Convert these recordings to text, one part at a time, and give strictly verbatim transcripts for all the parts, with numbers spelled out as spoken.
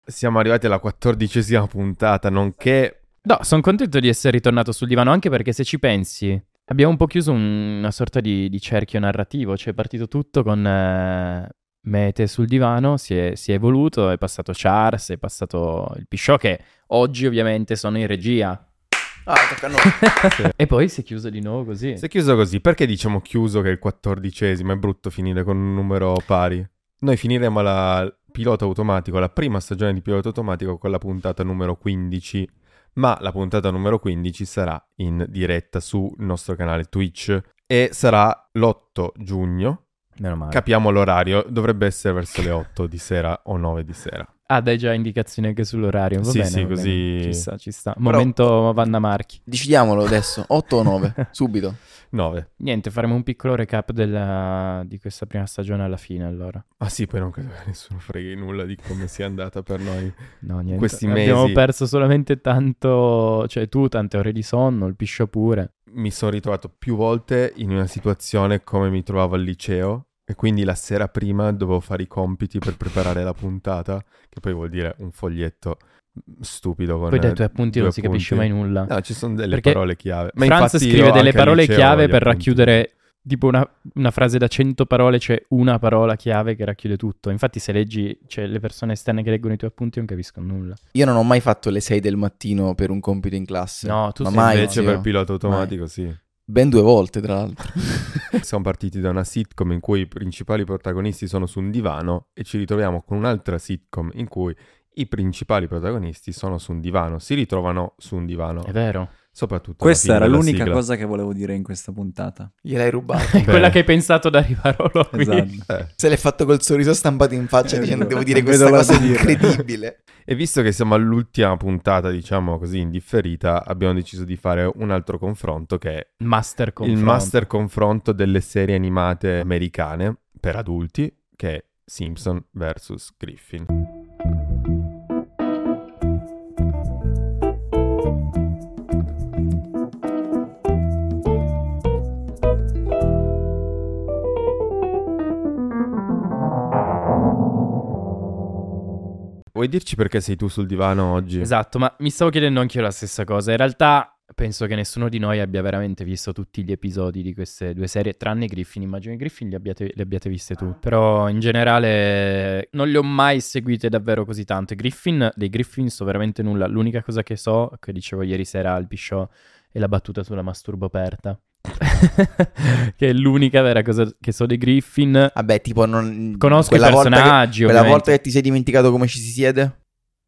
siamo arrivati alla quattordicesima puntata, nonché... No, sono contento di essere ritornato sul divano, anche perché se ci pensi, abbiamo un po' chiuso un- una sorta di, di cerchio narrativo, cioè è partito tutto con eh, Mete sul divano, si è, si è evoluto, è passato Charles, è passato il Pisciò, che oggi ovviamente sono in regia. Ah, tocca a noi. Sì. E poi si è chiuso di nuovo così. Si è chiuso così, perché diciamo chiuso che è il quattordicesimo? È brutto finire con un numero pari. Noi finiremo la pilota automatico, la prima stagione di pilota automatico con la puntata numero quindici, ma la puntata numero quindici sarà in diretta sul nostro canale Twitch e sarà l'otto giugno. Meno male. Capiamo l'orario, dovrebbe essere verso le otto di sera o nove di sera. Ah, dai già indicazioni anche sull'orario, va Sì, bene, sì, va così- bene. Ci sta, ci sta. Momento Vanna Marchi. Decidiamolo adesso, otto o nove, subito. nove. Niente, faremo un piccolo recap della- di questa prima stagione alla fine, allora. Ah sì, poi non credo che nessuno freghi nulla di come sia andata per noi. No, niente. Questi Abbiamo mesi- perso solamente tanto, cioè tu tante ore di sonno, il Pisciò pure. Mi sono ritrovato più volte in una situazione come mi trovavo al liceo e quindi la sera prima dovevo fare i compiti per preparare la puntata, che poi vuol dire un foglietto stupido con Poi dai eh, tuoi appunti due non si capisce mai appunti. nulla. No, ci sono delle Perché parole chiave. Ma Franz infatti io scrive delle anche al parole liceo chiave ho gli per appunti. racchiudere tipo una, una frase da cento parole, c'è una parola chiave che racchiude tutto. Infatti se leggi, cioè le persone esterne che leggono i tuoi appunti non capiscono nulla. Io non ho mai fatto le sei del mattino per un compito in classe. No, tu ma sei mai, Invece zio. per pilota automatico sì. Ben due volte, tra l'altro. Siamo partiti da una sitcom in cui i principali protagonisti sono su un divano e ci ritroviamo con un'altra sitcom in cui i principali protagonisti sono su un divano, si ritrovano su un divano, È vero. soprattutto Questa alla era fine della l'unica sigla. cosa che volevo dire in questa puntata. Gliel'hai rubato. È quella che hai pensato da Rivarolo qui. Esatto. Eh, Se l'hai fatto col sorriso stampato in faccia Eh, dicendo no, devo dire non questa vedo l'ora cosa di dirlo." incredibile. E visto che siamo all'ultima puntata, diciamo così, indifferita, abbiamo deciso di fare un altro confronto che è Master il confronto. master confronto delle serie animate americane per adulti, che è Simpson versus Griffin. Vuoi dirci perché sei tu sul divano oggi? Esatto, ma mi stavo chiedendo anch'io la stessa cosa. In realtà penso che nessuno di noi abbia veramente visto tutti gli episodi di queste due serie, tranne Griffin. Immagino che Griffin li abbiate, li abbiate viste tu. Però in generale non le ho mai seguite davvero così tanto. I Griffin, dei Griffin so veramente nulla. L'unica cosa che so, che dicevo ieri sera al Pisciò, è la battuta sulla masturbo aperta. Che è l'unica vera cosa che so dei Griffin. Vabbè, tipo non... Conosco i quella volta personaggi, che, Quella ovviamente. volta che ti sei dimenticato come ci si siede?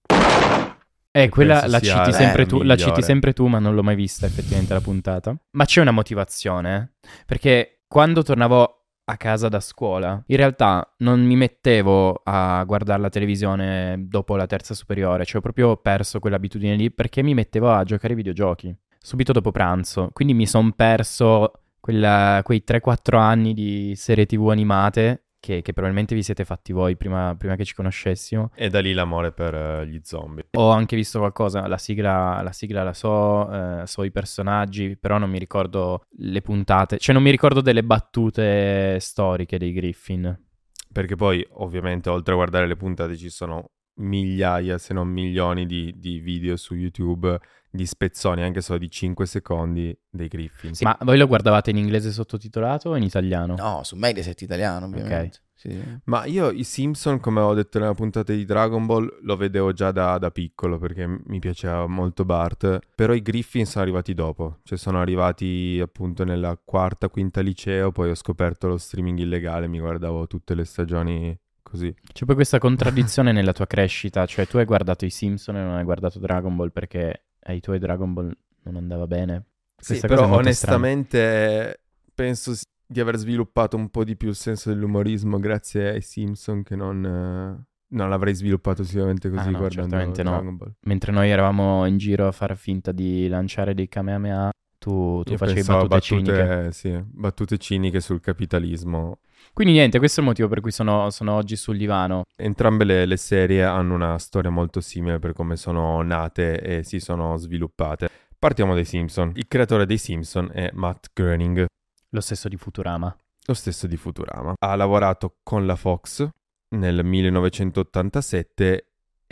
Eh, quella penso la sia citi, la sempre tu, la migliore. citi sempre tu, ma non l'ho mai vista effettivamente la puntata. Ma c'è una motivazione, eh? Perché quando tornavo a casa da scuola, in realtà non mi mettevo a guardare la televisione dopo la terza superiore, cioè ho proprio perso quell'abitudine lì perché mi mettevo a giocare ai videogiochi subito dopo pranzo. Quindi mi son perso quella- quei tre quattro anni di serie tivù animate che, che probabilmente vi siete fatti voi prima, prima che ci conoscessimo. E da lì l'amore per eh, gli zombie. Ho anche visto qualcosa, la sigla la, sigla la so, eh, so i personaggi, però non mi ricordo le puntate, cioè non mi ricordo delle battute storiche dei Griffin. Perché poi, ovviamente, oltre a guardare le puntate, ci sono migliaia, se non milioni di, di video su YouTube di spezzoni, anche solo di cinque secondi, dei Griffin. Ma voi lo guardavate in inglese sottotitolato o in italiano? No, su Mediaset italiano, ovviamente. Sì. Ma io i Simpson, come ho detto nella puntata di Dragon Ball, lo vedevo già da, da piccolo perché mi piaceva molto Bart. Però i Griffin sono arrivati dopo. Cioè sono arrivati appunto nella quarta, quinta liceo, poi ho scoperto lo streaming illegale, mi guardavo tutte le stagioni così. C'è poi questa contraddizione nella tua crescita, cioè tu hai guardato i Simpson e non hai guardato Dragon Ball perché ai tuoi Dragon Ball non andava bene. Sì, Questa però cosa è molto strana. onestamente penso s- di aver sviluppato un po' di più il senso dell'umorismo grazie ai Simpson che non... eh, non l'avrei sviluppato sicuramente così Ah, no, guardando certamente no. Dragon Ball. Mentre noi eravamo in giro a far finta di lanciare dei Kamehameha, tu, tu Io facevi pensavo a battute, ciniche. battute, sì, battute ciniche sul capitalismo. Quindi niente, questo è il motivo per cui sono, sono oggi sul divano. Entrambe le, le serie hanno una storia molto simile per come sono nate e si sono sviluppate. Partiamo dai Simpson. Il creatore dei Simpson è Matt Groening, Lo stesso di Futurama. lo stesso di Futurama. Ha lavorato con la Fox nel millenovecentottantasette e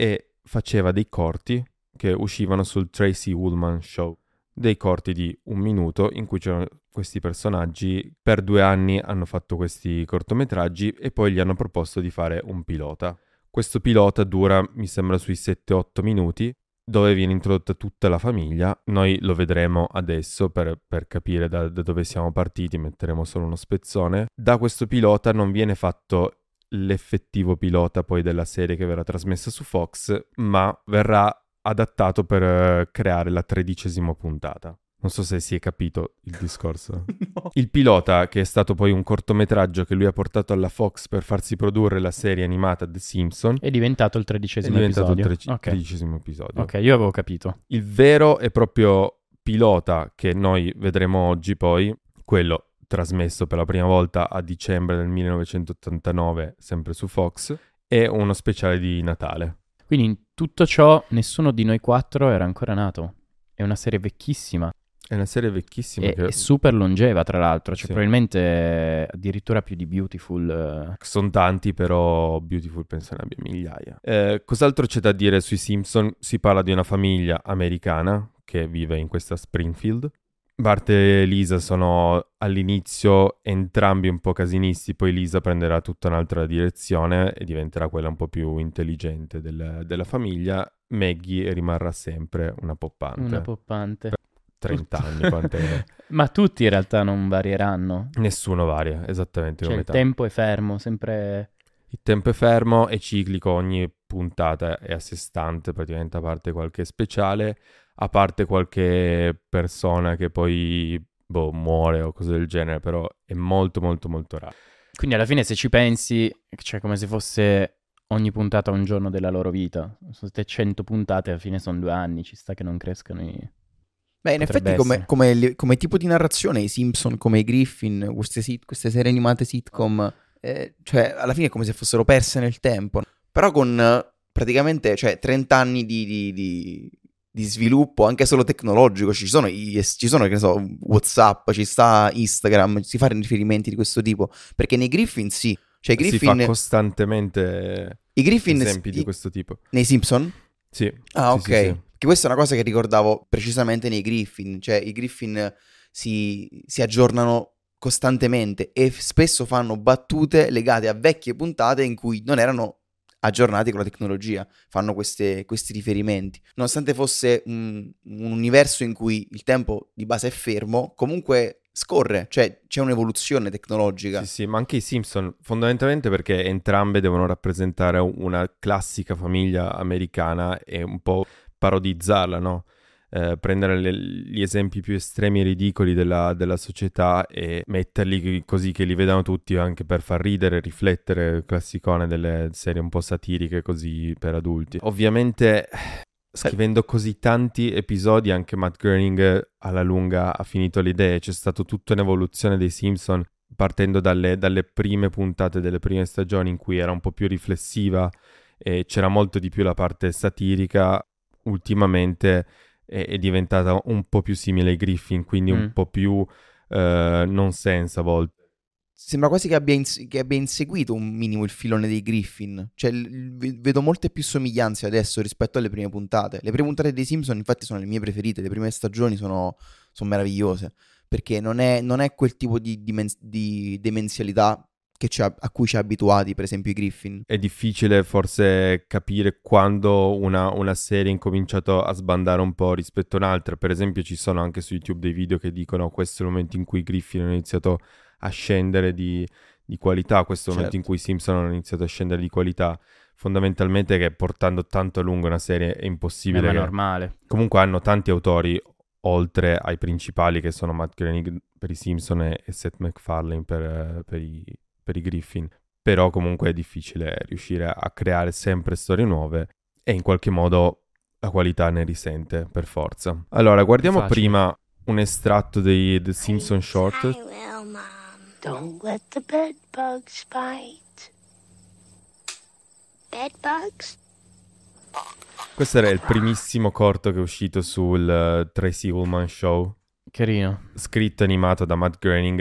faceva dei corti che uscivano sul Tracy Ullman Show, dei corti di un minuto in cui c'erano questi personaggi. Per due anni hanno fatto questi cortometraggi e poi gli hanno proposto di fare un pilota. Questo pilota dura, mi sembra, sui sette otto minuti, dove viene introdotta tutta la famiglia. Noi lo vedremo adesso per, per capire da, da dove siamo partiti, metteremo solo uno spezzone. Da questo pilota non viene fatto l'effettivo pilota poi della serie che verrà trasmessa su Fox, ma verrà adattato per uh, creare la tredicesima puntata. Non so se si è capito il discorso. No. Il pilota, che è stato poi un cortometraggio che lui ha portato alla Fox per farsi produrre la serie animata The Simpsons, È diventato il è tredicesimo diventato episodio. il tredici- Ok. tredicesimo episodio. Ok, io avevo capito. Il vero e proprio pilota che noi vedremo oggi poi, quello trasmesso per la prima volta a dicembre del millenovecentottantanove, sempre su Fox, è uno speciale di Natale. Quindi in tutto ciò nessuno di noi quattro era ancora nato. È una serie vecchissima È una serie vecchissima e, che e super longeva, tra l'altro. Cioè Sì. probabilmente addirittura più di Beautiful. eh. sono tanti, però Beautiful penso ne abbia migliaia. Eh, cos'altro c'è da dire sui Simpson? Si parla di una famiglia americana che vive in questa Springfield. Bart e Lisa sono all'inizio entrambi un po' casinisti, poi Lisa prenderà tutta un'altra direzione e diventerà quella un po' più intelligente del- della famiglia. Maggie rimarrà sempre una poppante. Una poppante. trenta anni, quant'è? Ma tutti in realtà non varieranno. Nessuno varia, esattamente Cioè come il te. tempo è fermo, sempre... Il tempo è fermo, è ciclico, ogni puntata è a sé stante, praticamente, a parte qualche speciale, a parte qualche persona che poi boh, muore o cose del genere, però è molto molto molto raro. Quindi alla fine se ci pensi, cioè come se fosse ogni puntata un giorno della loro vita. Sono state cento puntate, alla fine sono due anni, ci sta che non crescano i... Beh, in Potrebbe effetti come, essere. come li- come tipo di narrazione i Simpson, come i Griffin, queste, sit- queste serie animate sitcom, eh, cioè alla fine è come se fossero perse nel tempo. Però con eh, praticamente cioè, trenta anni di, di- di- di sviluppo anche solo tecnologico, ci sono, i- ci sono che ne so, WhatsApp, ci sta Instagram, si fanno riferimenti di questo tipo. Perché nei Griffin sì, cioè i Si fa Griffin, costantemente i Griffin esempi di i- questo tipo. nei Simpson? Sì. Ah, sì, ok. sì, sì. Che questa è una cosa che ricordavo precisamente nei Griffin, cioè i Griffin si, si aggiornano costantemente e f- spesso fanno battute legate a vecchie puntate in cui non erano aggiornati con la tecnologia, fanno queste- questi riferimenti. Nonostante fosse un, un universo in cui il tempo di base è fermo, comunque scorre, cioè c'è un'evoluzione tecnologica. Sì, sì, ma anche i Simpson, fondamentalmente perché entrambe devono rappresentare una classica famiglia americana e un po' parodizzarla, no? Eh, prendere le- gli esempi più estremi e ridicoli della, della società e metterli così che li vedano tutti, anche per far ridere, riflettere, il classicone delle serie un po' satiriche così per adulti. Ovviamente, scrivendo così tanti episodi, anche Matt Groening alla lunga ha finito le idee. C'è stata tutta un'evoluzione dei Simpson, partendo dalle, dalle prime puntate delle prime stagioni in cui era un po' più riflessiva e c'era molto di più la parte satirica. Ultimamente è, è diventata un po' più simile ai Griffin, quindi Mm. un po' più eh, nonsense a volte. Sembra quasi che abbia, ins- che abbia inseguito un minimo il filone dei Griffin. Cioè, l- l- vedo molte più somiglianze adesso rispetto alle prime puntate. Le prime puntate dei Simpson, infatti, sono le mie preferite. Le prime stagioni sono, sono meravigliose. Perché non è, non è quel tipo di, dimen- di demenzialità che ci ha- a cui ci ha abituati, per esempio, i Griffin. È difficile forse capire quando una, una serie ha incominciato a sbandare un po' rispetto a un'altra. Per esempio ci sono anche su YouTube dei video che dicono questo è il momento in cui i Griffin hanno iniziato a scendere di, di qualità, questo è il momento in Certo. cui i Simpson hanno iniziato a scendere di qualità. Fondamentalmente che portando tanto a lungo una serie è Eh, impossibile. ma è che- normale. Comunque hanno tanti autori oltre ai principali che sono Matt Groening per i Simpson e e Seth MacFarlane per, eh, per i, per i Griffin. Però comunque è difficile riuscire a creare sempre storie nuove e in qualche modo la qualità ne risente per forza. Allora, guardiamo Facile. prima un estratto dei The Simpson Short. I will, Mom. Don't let the bed bugs bite. Bed bugs? Questo era il primissimo corto che è uscito sul eh, Tracy Ullman Show, Carino. scritto e animato da Matt Groening.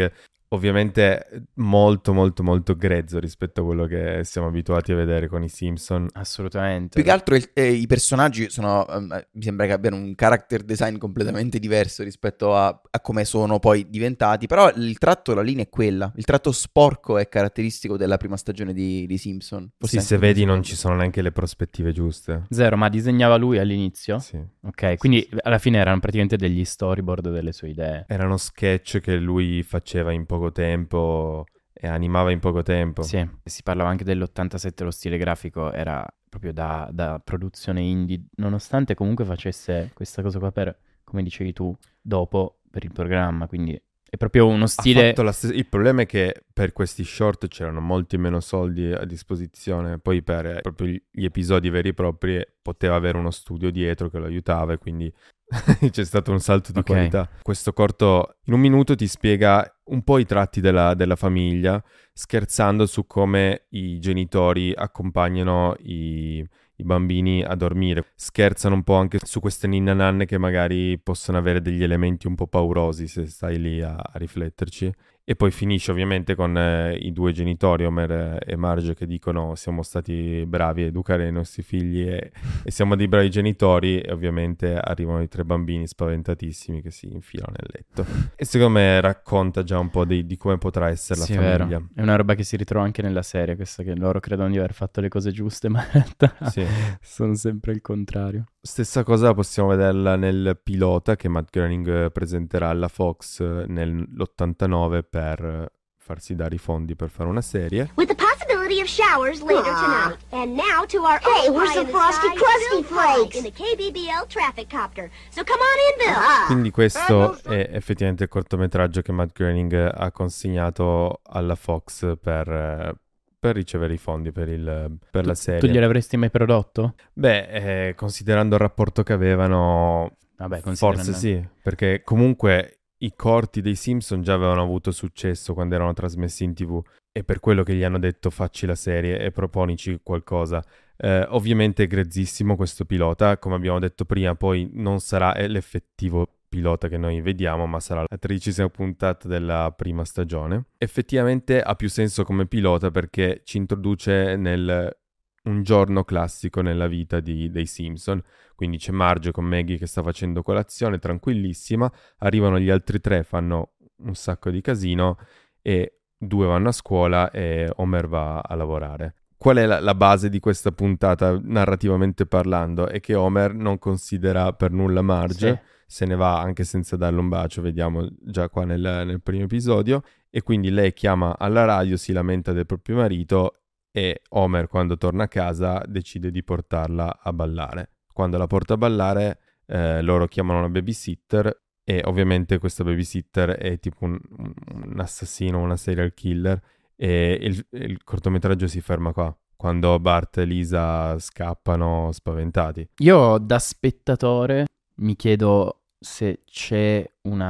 ovviamente molto molto molto grezzo rispetto a quello che siamo abituati a vedere con i Simpson. Assolutamente. Più che altro il- eh, i personaggi sono, ehm, mi sembra che abbiano un character design completamente diverso rispetto a, a come sono poi diventati, però il tratto, la linea è quella, il tratto sporco è caratteristico della prima stagione di, di Simpson. Forse Sì, se anche vedi della non seconda. ci sono neanche le prospettive giuste. Zero, ma disegnava lui all'inizio? Sì. Ok, quindi alla fine erano praticamente degli storyboard delle sue idee. Erano sketch che lui faceva in poco tempo e animava in poco tempo. Sì, si parlava anche dell'ottantasette, lo stile grafico era proprio da, da produzione indie, nonostante comunque facesse questa cosa qua per, come dicevi tu, dopo per il programma, quindi è proprio uno Ha stile... fatto la stes- Il problema è che per questi short c'erano molti meno soldi a disposizione, poi per eh, proprio gli gli episodi veri e propri poteva avere uno studio dietro che lo aiutava e quindi c'è stato un salto di Ok. qualità. Questo corto in un minuto ti spiega un po' i tratti della, della famiglia, scherzando su come i genitori accompagnano i, i bambini a dormire. Scherzano un po' anche su queste ninna nanne che magari possono avere degli elementi un po' paurosi se stai lì a, a rifletterci. E poi finisce ovviamente con eh, i due genitori, Homer e Marge, che dicono siamo stati bravi a educare i nostri figli e, e siamo dei bravi genitori, e ovviamente arrivano i tre bambini spaventatissimi che si infilano nel letto. E secondo me racconta già un po' di, di come potrà essere Sì, la è famiglia. vero. È una roba che si ritrova anche nella serie, questa che loro credono di aver fatto le cose giuste, ma in realtà Sì. sono sempre il contrario. Stessa cosa possiamo vederla nel pilota che Matt Groening eh, presenterà alla Fox eh, nell'ottantanove per eh, farsi dare i fondi per fare una serie. With the possibility of showers later Aw. tonight. And now to our Hey, own where's pie the in Frosty sky, Krusty Bill Pye Flakes? in the K B B L traffic copter. So come on in, Bill. Ah. Quindi questo è effettivamente il cortometraggio che Matt Groening ha consegnato alla Fox per, eh, per ricevere i fondi per, il, per la serie. Tu gliel'avresti mai prodotto? Beh, eh, considerando il rapporto che avevano, Vabbè, forse considerando- sì, perché comunque i corti dei Simpson già avevano avuto successo quando erano trasmessi in tivù, e per quello che gli hanno detto facci la serie e proponici qualcosa. Eh, ovviamente è grezzissimo questo pilota, come abbiamo detto prima, poi non sarà l'effettivo pilota che noi vediamo, ma sarà la tredicesima puntata della prima stagione. Effettivamente ha più senso come pilota perché ci introduce nel un giorno classico nella vita di, dei Simpson. Quindi c'è Marge con Maggie che sta facendo colazione, tranquillissima, arrivano gli altri tre, fanno un sacco di casino e due vanno a scuola e Homer va a lavorare. Qual è la, la base di questa puntata narrativamente parlando? È che Homer non considera per nulla Marge, Sì. se ne va anche senza darle un bacio, vediamo già qua nel, nel primo episodio, e quindi lei chiama alla radio, si lamenta del proprio marito e Homer quando torna a casa decide di portarla a ballare. Quando la porta a ballare eh, loro chiamano una babysitter e ovviamente questa babysitter è tipo un, un assassino, una serial killer, e il, il cortometraggio si ferma qua, quando Bart e Lisa scappano spaventati. Io da spettatore mi chiedo se c'è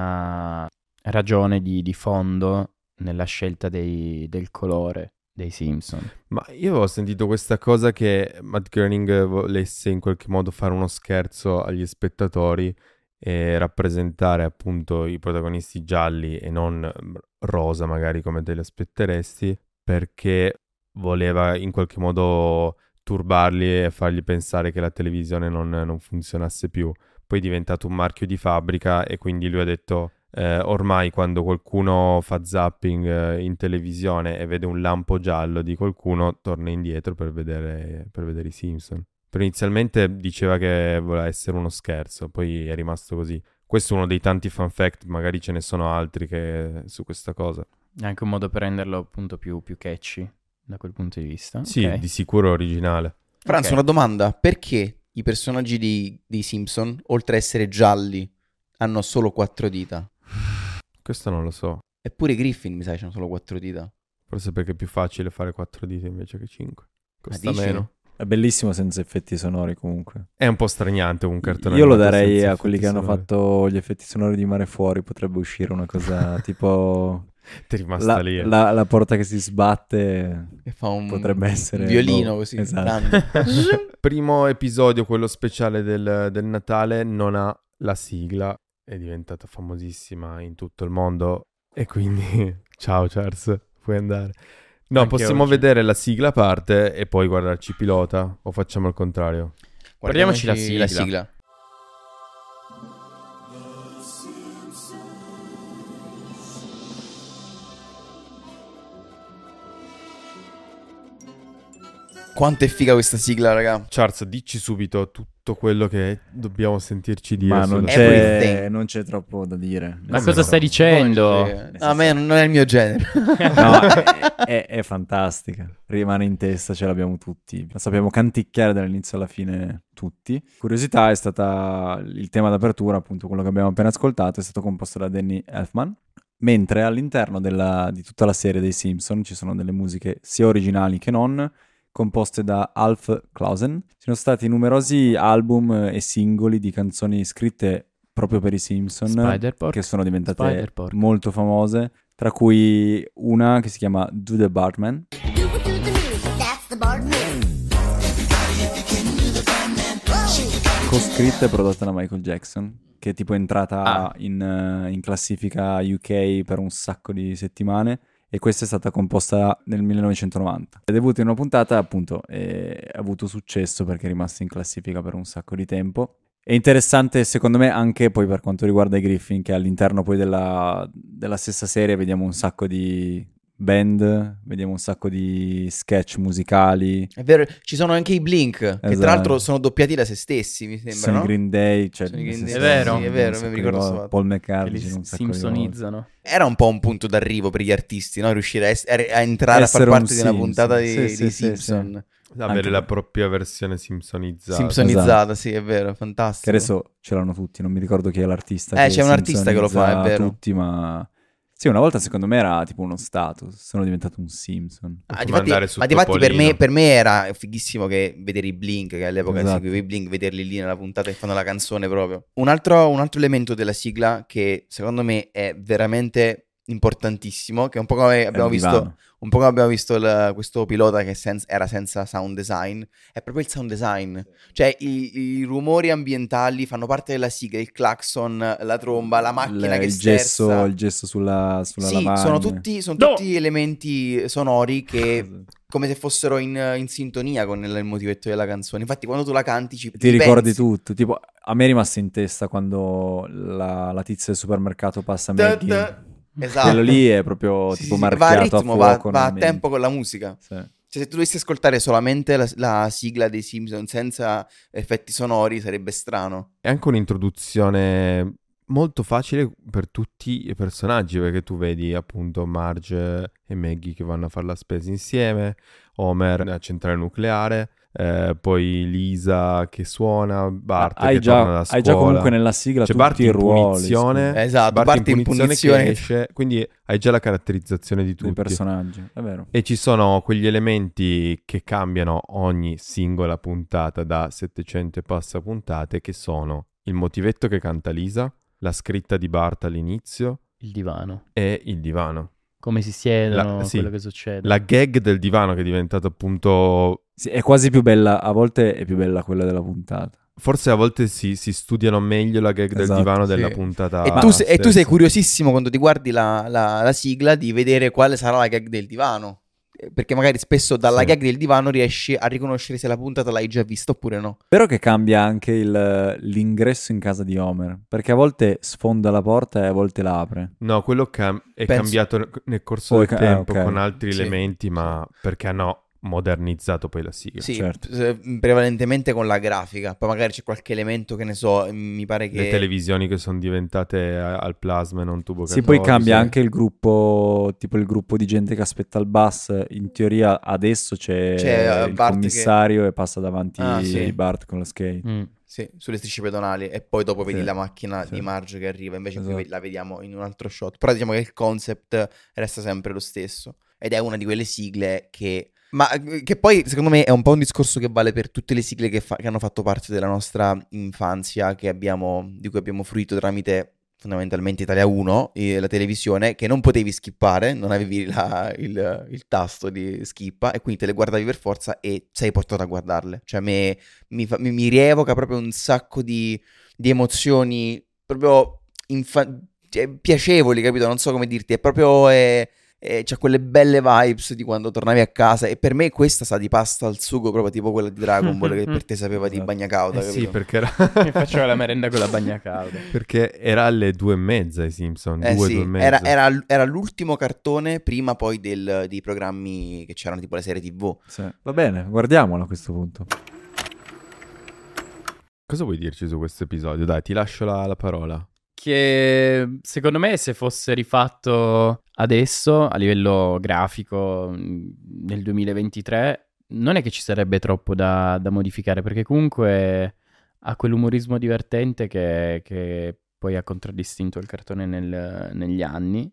una ragione di, di fondo nella scelta dei- del colore dei Simpson. Ma io avevo sentito questa cosa che Matt Groening volesse in qualche modo fare uno scherzo agli spettatori e rappresentare appunto i protagonisti gialli e non rosa magari come te li aspetteresti, perché voleva in qualche modo turbarli e fargli pensare che la televisione non, non funzionasse più. Poi è diventato un marchio di fabbrica e quindi lui ha detto eh, ormai quando qualcuno fa zapping eh, in televisione e vede un lampo giallo di qualcuno torna indietro per vedere, per vedere i Simpson. Però inizialmente diceva che voleva essere uno scherzo, poi è rimasto così. Questo è uno dei tanti fun fact, magari ce ne sono altri che su questa cosa. È anche un modo per renderlo appunto più, più catchy da quel punto di vista. Sì, Ok. di sicuro originale. Franz, Ok. una domanda. Perché i personaggi di, dei Simpson, oltre a essere gialli, hanno solo quattro dita? Questo non lo so. Eppure i Griffin, mi sa, hanno solo quattro dita. Forse perché è più facile fare quattro dita invece che cinque. Costa dici? meno. È bellissimo senza effetti sonori comunque. È un po' straniante un cartone Io lo animato darei senza a quelli effetti che hanno sonori. fatto gli effetti sonori di Mare Fuori, potrebbe uscire una cosa tipo Ti è rimasta la, lì. eh. la- la porta che si sbatte, Che fa un, potrebbe essere un violino boh, così. esatto. grande. Primo episodio, quello speciale del, del Natale, non ha la sigla. È diventata famosissima in tutto il mondo. E quindi, ciao Charles, puoi andare. No, Anche possiamo oggi. vedere la sigla a parte e poi guardarci pilota, o facciamo il contrario? Guardiamoci la Guardiamoci sigla. Quanto è figa questa sigla, raga. Charles, dici subito tutto quello che dobbiamo sentirci dire. Ma non sulla- c'è, Everything. non c'è troppo da dire. Ma Come cosa no? stai dicendo? No, a me non è il mio genere. No, è, è- è fantastica. Rimane in testa, ce l'abbiamo tutti. La sappiamo canticchiare dall'inizio alla fine tutti. Curiosità, è stata il tema d'apertura, appunto quello che abbiamo appena ascoltato, è stato composto da Danny Elfman. Mentre all'interno della- di tutta la serie dei Simpson ci sono delle musiche sia originali che non, composte da Alf Clausen. Ci sono stati numerosi album e singoli di canzoni scritte proprio per i Simpson, Spider-Pork. che sono diventate Spider-Pork. molto famose, tra cui una che si chiama Do the Bartman, That's the Bartman. coscritta e prodotta da Michael Jackson, che è tipo entrata Ah. in, eh, in classifica U K per un sacco di settimane. E questa è stata composta nel millenovecentonovanta. È debutta in una puntata, appunto, e ha avuto successo perché è rimasta in classifica per un sacco di tempo. È interessante, secondo me, anche poi per quanto riguarda i Griffin, che all'interno poi della, della stessa serie vediamo un sacco di band, vediamo un sacco di sketch musicali. È vero, ci sono anche i Blink, che Esatto. tra l'altro sono doppiati da se stessi, mi sembra, Sono no? i Green Day, cioè, Sono i nel Green senso, Day. È vero. Sì, è un vero, sacco mi di ricordo cose. stato. Paul Che McCartney, li c'era un sacco di volte. simpsonizzano. Era un po' un punto d'arrivo per gli artisti, no? Riuscire a, es- a entrare Essere a far un parte di una Simpson. puntata di, Sì, di sì, sì, Simpson. Avere Anche- la propria versione simpsonizzata. Simpsonizzata, sì, è vero, Che fantastico. adesso ce l'hanno tutti, non mi ricordo chi è l'artista. Eh, che c'è un artista che lo fa, è simpsonizza vero. tutti, ma... Sì, una volta secondo me era tipo uno status, sono diventato un Simpson. Ah, Come difatti, andare su ma difatti per me, Topolino. per me era fighissimo che vedere i Blink, che all'epoca Esatto. seguivo i Blink, vederli lì nella puntata e fanno la canzone proprio. Un altro, un altro elemento della sigla che secondo me è veramente importantissimo, che è un po' come È abbiamo il visto, divano. un po' come abbiamo visto il- questo pilota che sen- era senza sound design, è proprio il sound design. Cioè i, i rumori ambientali fanno parte della sigla, il clacson, la tromba, la macchina Il- che il sterza. gesso, il gesso sulla, sulla Sì, lavagna. sono tutti, sono No! tutti elementi sonori che Esatto. come se fossero in, in sintonia con il, il motivetto della canzone. Infatti, quando tu la canti, ci Ti ci ricordi pensi. tutto. Tipo, a me è rimasto in testa quando la, la tizia del supermercato passa Da- Maggie. da- Esatto. Quello lì è proprio Sì, tipo sì, sì, marchiato va a ritmo, a va, fuoco. va a nella mente. tempo con la musica. Sì. Cioè, se tu dovessi ascoltare solamente la, la sigla dei Simpson senza effetti sonori, sarebbe strano. È anche un'introduzione molto facile per tutti i personaggi, perché tu vedi appunto Marge e Maggie che vanno a fare la spesa insieme, Homer nella centrale nucleare, eh, poi Lisa che suona, Bart hai, che torna già, da hai scuola. già comunque nella sigla C'è tutti Bart i in ruoli. punizione, scusa, Esatto, Bart, Bart in in punizione, punizione. che esce, quindi hai già la caratterizzazione di dei tutti. personaggi. È vero. E ci sono quegli elementi che cambiano ogni singola puntata da settecento e passa puntate, che sono il motivetto che canta Lisa, la scritta di Bart all'inizio Il divano. e il divano. Come si siedono, La- sì. quello che succede. La gag del divano che è diventato appunto... Sì, è quasi più bella, a volte è più bella quella della puntata. Forse a volte si, si studiano meglio la gag del Esatto, divano sì. della puntata E tu, se- e tu sei stessa. curiosissimo quando ti guardi la, la- la sigla di vedere quale sarà la gag del divano. Eh, Perché magari spesso dalla Sì. gag del divano riesci a riconoscere se la puntata l'hai già vista oppure no. Spero che cambia anche il- l'ingresso in casa di Homer, perché a volte sfonda la porta e a volte la apre. No, quello cam- è Penso- cambiato nel corso Oh, del è ca- tempo ah, ok. con altri Sì. elementi, ma perché hanno modernizzato poi la sigla. Sì, certo. eh, prevalentemente con la grafica. Poi magari c'è qualche elemento che ne so, mi pare che... Le televisioni che sono diventate a- al plasma e non tubo Sì, poi catodico. cambia anche il gruppo, tipo il gruppo di gente che aspetta il bus. In teoria adesso c'è, C'è, eh, il Bart commissario e passa davanti Ah, sì. Bart con lo skate. Mm. Sì, sulle strisce pedonali e poi dopo vedi Sì, la macchina sì. di Marge che arriva, invece qui Esatto. la vediamo in un altro shot. Però diciamo che il concept resta sempre lo stesso ed è una di quelle sigle che... Ma eh, che poi secondo me è un po' un discorso che vale per tutte le sigle che, fa- che hanno fatto parte della nostra infanzia, che abbiamo, di cui abbiamo fruito tramite fondamentalmente Italia uno, eh, la televisione, che non potevi skippare, non avevi la- il, il tasto di skippa e quindi te le guardavi per forza e sei portato a guardarle. Cioè a me mi, fa- mi- mi rievoca proprio un sacco di, di emozioni proprio infa- cioè, piacevoli, capito? Non so come dirti, è proprio... È... E c'ha quelle belle vibes di quando tornavi a casa, e per me questa sa di pasta al sugo, proprio tipo quella di Dragon Ball che per te sapeva di Esatto. bagna cauda, Eh capito? sì, perché era... Mi faceva la merenda con la bagna calda. perché era alle due e mezza i Simpson, Eh due, sì, due e mezza. era, era- era l'ultimo cartone prima poi del- dei programmi che c'erano, tipo le serie tivù. Sì. Va bene, guardiamolo a questo punto. Cosa vuoi dirci su questo episodio? Dai, ti lascio la, la parola. Che secondo me se fosse rifatto adesso a livello grafico mh, nel duemilaventitré non è che ci sarebbe troppo da, da modificare, perché comunque ha quell'umorismo divertente che, che poi ha contraddistinto il cartone nel- negli anni,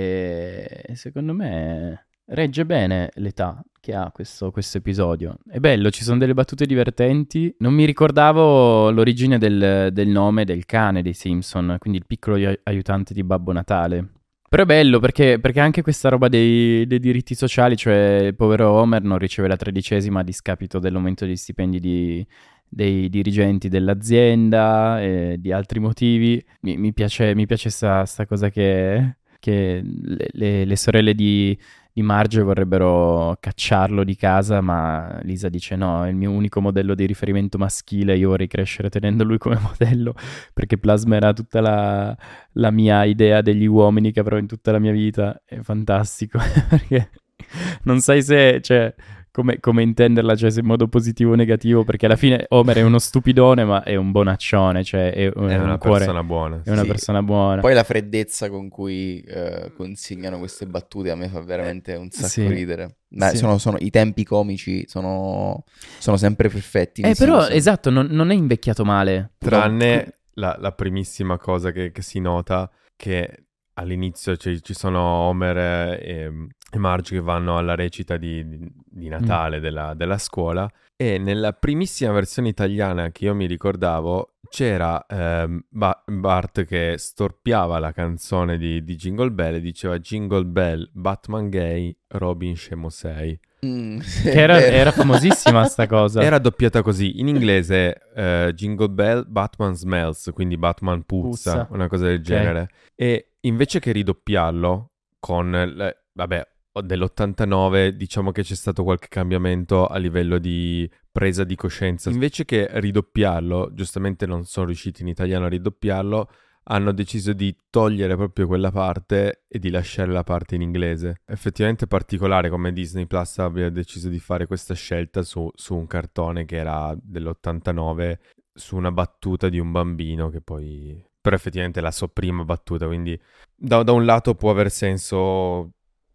e secondo me regge bene l'età che ha questo, questo episodio. È bello, ci sono delle battute divertenti. Non mi ricordavo l'origine del, del nome del cane dei Simpson, quindi il piccolo ai- aiutante di Babbo Natale. Però è bello perché, perché anche questa roba dei, dei diritti sociali, cioè il povero Homer non riceve la tredicesima a discapito dell'aumento degli stipendi di- dei dirigenti dell'azienda e di altri motivi. Mi, mi piace, mi piace sta, sta cosa che, che le, le- le sorelle di, di Marge vorrebbero cacciarlo di casa, ma Lisa dice no, è il mio unico modello di riferimento maschile, io vorrei crescere tenendo lui come modello, perché plasmerà tutta la, la mia idea degli uomini che avrò in tutta la mia vita. È fantastico, perché non sai se, cioè, come, come intenderla, cioè se in modo positivo o negativo, perché alla fine Homer è uno stupidone, ma è un bonaccione, cioè è, È una un cuore, persona buona. è una Sì. persona buona. Poi la freddezza con cui eh, consigliano queste battute a me fa veramente un sacco Sì. ridere. Ma Sì. sono, sono- i tempi comici sono, sono sempre perfetti. Eh, però, esatto, non, non è invecchiato male. Tranne la, la primissima cosa che, che si nota, che all'inizio ci, ci sono Homer e, e Marge che vanno alla recita di, di- di Natale della, della scuola, e nella primissima versione italiana che io mi ricordavo c'era ehm, Ba- Bart che storpiava la canzone di, di Jingle Bell e diceva Jingle Bell, Batman gay, Robin scemo sei. Mm, Che era, era famosissima sta cosa. Era doppiata così, in inglese eh, Jingle Bell, Batman smells, quindi Batman puzza, Puzza. una cosa del Ok. genere. E invece che ridoppiarlo con, le- vabbè, dell'ottantanove, diciamo che c'è stato qualche cambiamento a livello di presa di coscienza. Invece che ridoppiarlo, giustamente non sono riusciti in italiano a ridoppiarlo, hanno deciso di togliere proprio quella parte e di lasciare la parte in inglese. Effettivamente particolare come Disney Plus abbia deciso di fare questa scelta su, su un cartone che era dell'ottantanove, su una battuta di un bambino che poi... Però effettivamente è la sua prima battuta, quindi da, da un lato può aver senso...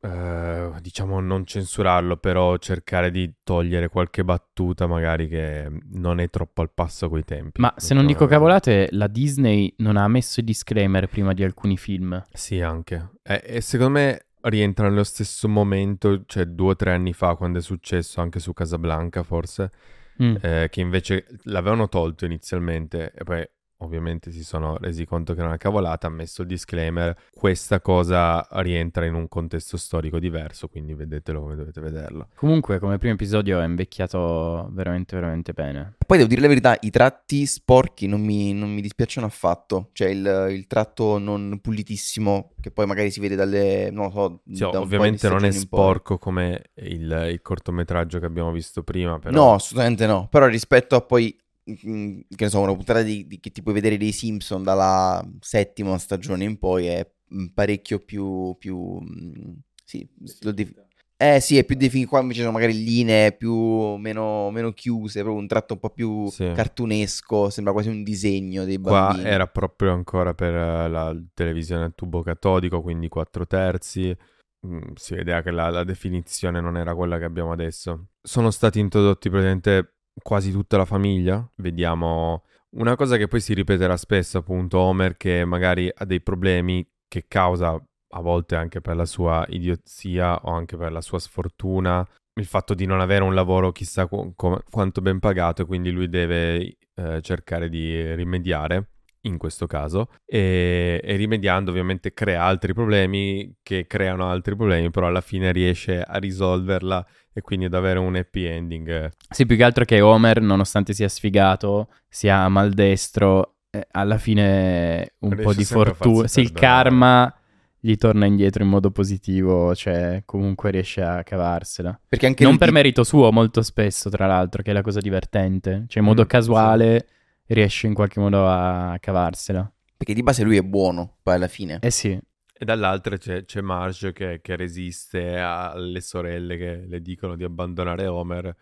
eh, diciamo non censurarlo, però cercare di togliere qualche battuta magari che non è troppo al passo coi tempi. Ma se non dico so- cavolate, la Disney non ha messo i disclaimer prima di alcuni film. Sì, anche. E, e secondo me rientra nello stesso momento, cioè due o tre anni fa, quando è successo anche su Casablanca, forse, Mm. eh, che invece l'avevano tolto inizialmente e poi ovviamente si sono resi conto che era una cavolata, ha messo il disclaimer, questa cosa rientra in un contesto storico diverso, quindi vedetelo come dovete vederlo. Comunque, come primo episodio è invecchiato veramente, veramente bene. Poi devo dire la verità, i tratti sporchi non mi, non mi dispiacciono affatto. Cioè il, il tratto non pulitissimo, che poi magari si vede dalle... non lo so, Sì, da un po' di ovviamente non è stagioni in poi. sporco come il, il cortometraggio che abbiamo visto prima, però... No, assolutamente no. Però rispetto a poi, mm, che ne so, una puntata di, di- che ti puoi vedere dei Simpson dalla settima stagione in poi è mm, parecchio più... più mm, sì, lo defi- eh sì, è più definito. Qua invece sono magari linee più meno, meno chiuse, proprio un tratto un po' più Sì. cartunesco, sembra quasi un disegno dei Qua bambini. era proprio ancora per eh, la televisione a tubo catodico, quindi quattro terzi. Mm, si vedeva che la, la definizione non era quella che abbiamo adesso. Sono stati introdotti praticamente quasi tutta la famiglia. Vediamo una cosa che poi si ripeterà spesso, appunto, Homer che magari ha dei problemi che causa a volte anche per la sua idiozia o anche per la sua sfortuna, il fatto di non avere un lavoro chissà qu- com- quanto ben pagato, e quindi lui deve eh, cercare di rimediare in questo caso, e, e rimediando ovviamente crea altri problemi che creano altri problemi, però alla fine riesce a risolverla e quindi ad avere un happy ending. Sì, più che altro che Homer, nonostante sia sfigato, sia maldestro, eh, alla fine un Riesce po' di sempre a fortuna, farsi sì, il perdonare. karma gli torna indietro in modo positivo, cioè comunque riesce a cavarsela. Perché anche Non lui per ti- merito suo molto spesso, tra l'altro, che è la cosa divertente. Cioè in modo Mm, casuale riesce in qualche modo a cavarsela. perché di base lui è buono, poi alla fine. Eh sì, E dall'altra c'è, c'è Marge che, che resiste alle sorelle che le dicono di abbandonare Homer,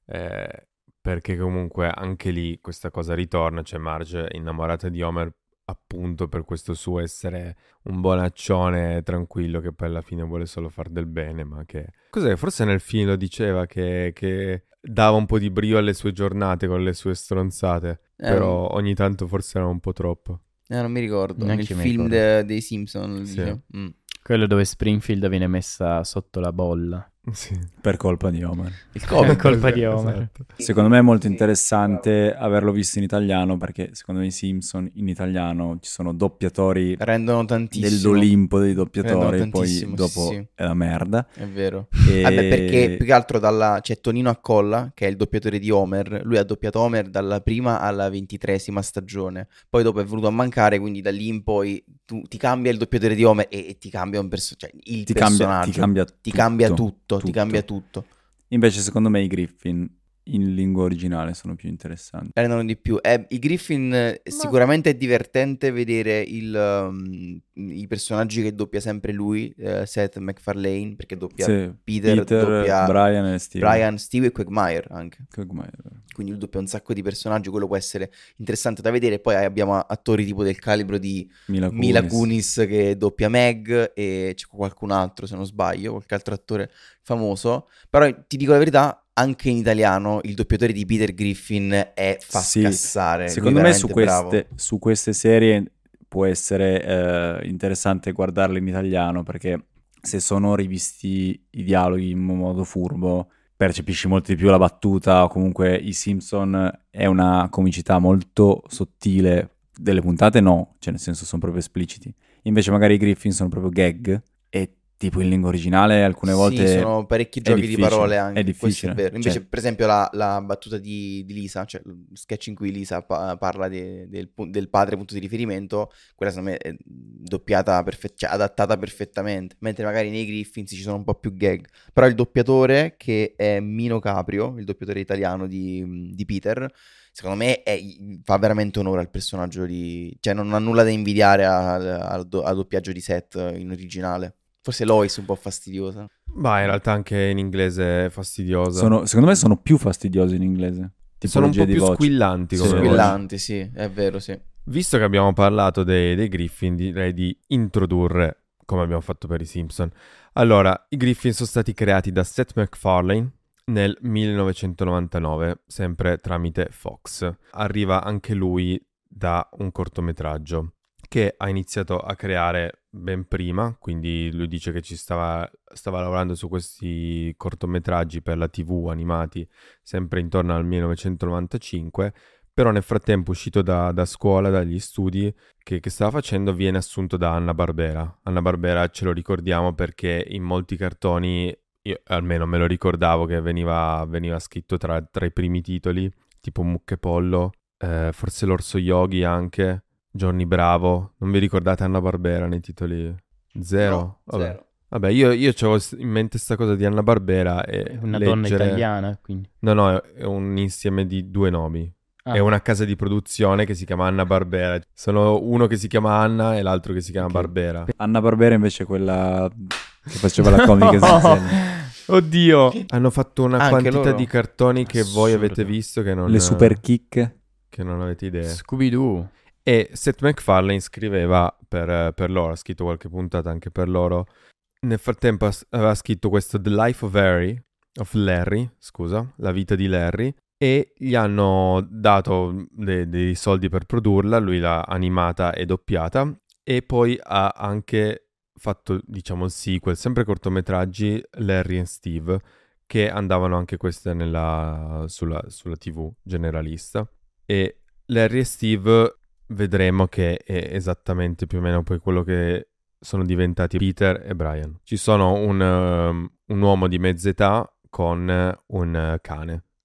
eh, perché comunque anche lì questa cosa ritorna, c'è Marge innamorata di Homer appunto per questo suo essere un bonaccione tranquillo che poi alla fine vuole solo far del bene, ma che... Cos'è? Forse nel film lo diceva che, che dava un po' di brio alle sue giornate con le sue stronzate, Eh, però ogni tanto forse era un po' troppo. Eh, non mi ricordo. Neanche Nel io mi film ricordo. de- dei Simpson lo Sì. dice. Mm. quello dove Springfield viene messa sotto la bolla. Sì. Per colpa di Homer. Il comic. colpa di Homer. Esatto. Secondo me è molto interessante averlo visto in italiano, perché secondo me i Simpson in italiano ci sono doppiatori Rendono tantissimo. dell'Olimpo dei Rendono doppiatori, poi tantissimo, dopo sì, sì. è la merda. È vero. E... Vabbè, perché più che altro dalla... c'è Tonino Accolla, che è il doppiatore di Homer. Lui ha doppiato Homer dalla prima alla ventitresima stagione. Poi dopo è venuto a mancare, quindi da lì in poi tu, ti cambia il doppiatore di Homer e, e ti cambia un perso- cioè, il ti cambia, personaggio. ti cambia Ti tutto, cambia tutto, ti tutto. cambia tutto. Invece secondo me i Griffin in lingua originale sono più interessanti. Rendono di più. Eh, I Griffin eh, sicuramente è divertente vedere il, um, i personaggi che doppia sempre lui, eh, Seth MacFarlane, perché doppia Sì, Peter, doppia Brian e Steve. Brian, Steve e Quagmire anche. Quagmire. Quindi lui doppia un sacco di personaggi, quello può essere interessante da vedere. Poi abbiamo attori tipo del calibro di Mila Kunis. Mila Kunis che doppia Meg, e c'è qualcun altro se non sbaglio, qualche altro attore famoso. Però ti dico la verità, anche in italiano il doppiatore di Peter Griffin è fa Sì, scassare. Secondo Lui è me su veramente bravo. queste, su queste serie può essere eh, interessante guardarle in italiano, perché se sono rivisti i dialoghi in modo furbo percepisci molto di più la battuta, o comunque i Simpson è una comicità molto sottile, delle puntate no, cioè nel senso sono proprio espliciti. Invece magari i Griffin sono proprio gag, e tipo in lingua originale alcune volte Sì, sono parecchi è giochi di difficile, parole anche. è Questo difficile. è vero. Invece, Cioè, per esempio, la, la battuta di, di Lisa, cioè lo sketch in cui Lisa pa- parla de- del, pu- del padre punto di riferimento, quella secondo me è doppiata, perfe- cioè adattata perfettamente. Mentre magari nei Griffins ci sono un po' più gag. Però il doppiatore, che è Mino Caprio, il doppiatore italiano di, di Peter, secondo me è- fa veramente onore al personaggio di... Cioè non ha nulla da invidiare al, al do- al doppiaggio di Seth in originale. Forse Lois è un po' fastidiosa. Ma in realtà anche in inglese è fastidiosa. sono- secondo me sono più fastidiosi in inglese. Sono un Tipologie po' di più voci. squillanti Sì. come voci. Squillanti, sì, è vero, sì. Visto che abbiamo parlato dei, dei Griffin, direi di introdurre, come abbiamo fatto per i Simpson. Allora, i Griffin sono stati creati da Seth MacFarlane nel millenovecentonovantanove, sempre tramite Fox. Arriva anche lui da un cortometraggio che ha iniziato a creare ben prima, quindi lui dice che ci stava, stava lavorando su questi cortometraggi per la tivù animati sempre intorno al millenovecentonovantacinque, però nel frattempo uscito da, da scuola, dagli studi che, che stava facendo, viene assunto da Hanna-Barbera. Hanna-Barbera ce lo ricordiamo perché in molti cartoni, io almeno me lo ricordavo che veniva, veniva scritto tra, tra i primi titoli, tipo Mucche Pollo, eh, forse l'Orso Yogi anche, Johnny Bravo. Non vi ricordate Hanna-Barbera nei titoli? Zero? No, Vabbè. zero. Vabbè, io, io avevo in mente sta cosa di Hanna-Barbera e È una leggere... donna italiana, quindi. No, no, è un insieme di due nomi. Ah. È una casa di produzione che si chiama Hanna-Barbera. Sono uno che si chiama Anna e l'altro che si chiama Ok. Barbera. Anna Barbera invece è quella che faceva la comica senza... Oddio. Hanno fatto una Anche quantità loro? di cartoni che voi Assurdo. avete visto che non, Le super kick. che non avete idea. Scooby-Doo. E Seth MacFarlane scriveva per, per loro, ha scritto qualche puntata anche per loro. Nel frattempo as- aveva scritto questo The Life of Harry, of Larry, scusa, la vita di Larry, e gli hanno dato de- dei soldi per produrla, lui l'ha animata e doppiata, e poi ha anche fatto, diciamo, il sequel, sempre cortometraggi, Larry e Steve, che andavano anche queste nella, sulla, sulla tivù generalista. E Larry e Steve vedremo che è esattamente più o meno poi quello che sono diventati Peter e Brian. Ci sono un, um, un uomo di mezza età con un uh, cane.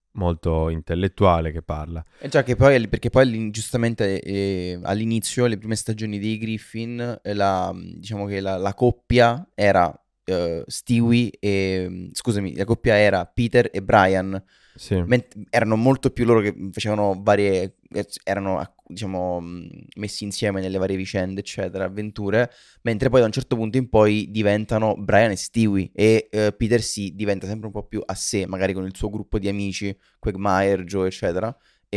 molto intellettuale che parla. Eh già che poi, perché poi all'in- giustamente eh, all'inizio, le prime stagioni dei Griffin, eh, la, diciamo che la, la coppia era eh, Stewie e, scusami, la coppia era Peter e Brian, Sì. ment- erano molto più loro che facevano varie, erano diciamo mh, messi insieme nelle varie vicende, eccetera, avventure, mentre poi da un certo punto in poi diventano Brian e Stewie e eh, Peter si diventa sempre un po' più a sé, magari con il suo gruppo di amici, Quagmire, Joe, eccetera,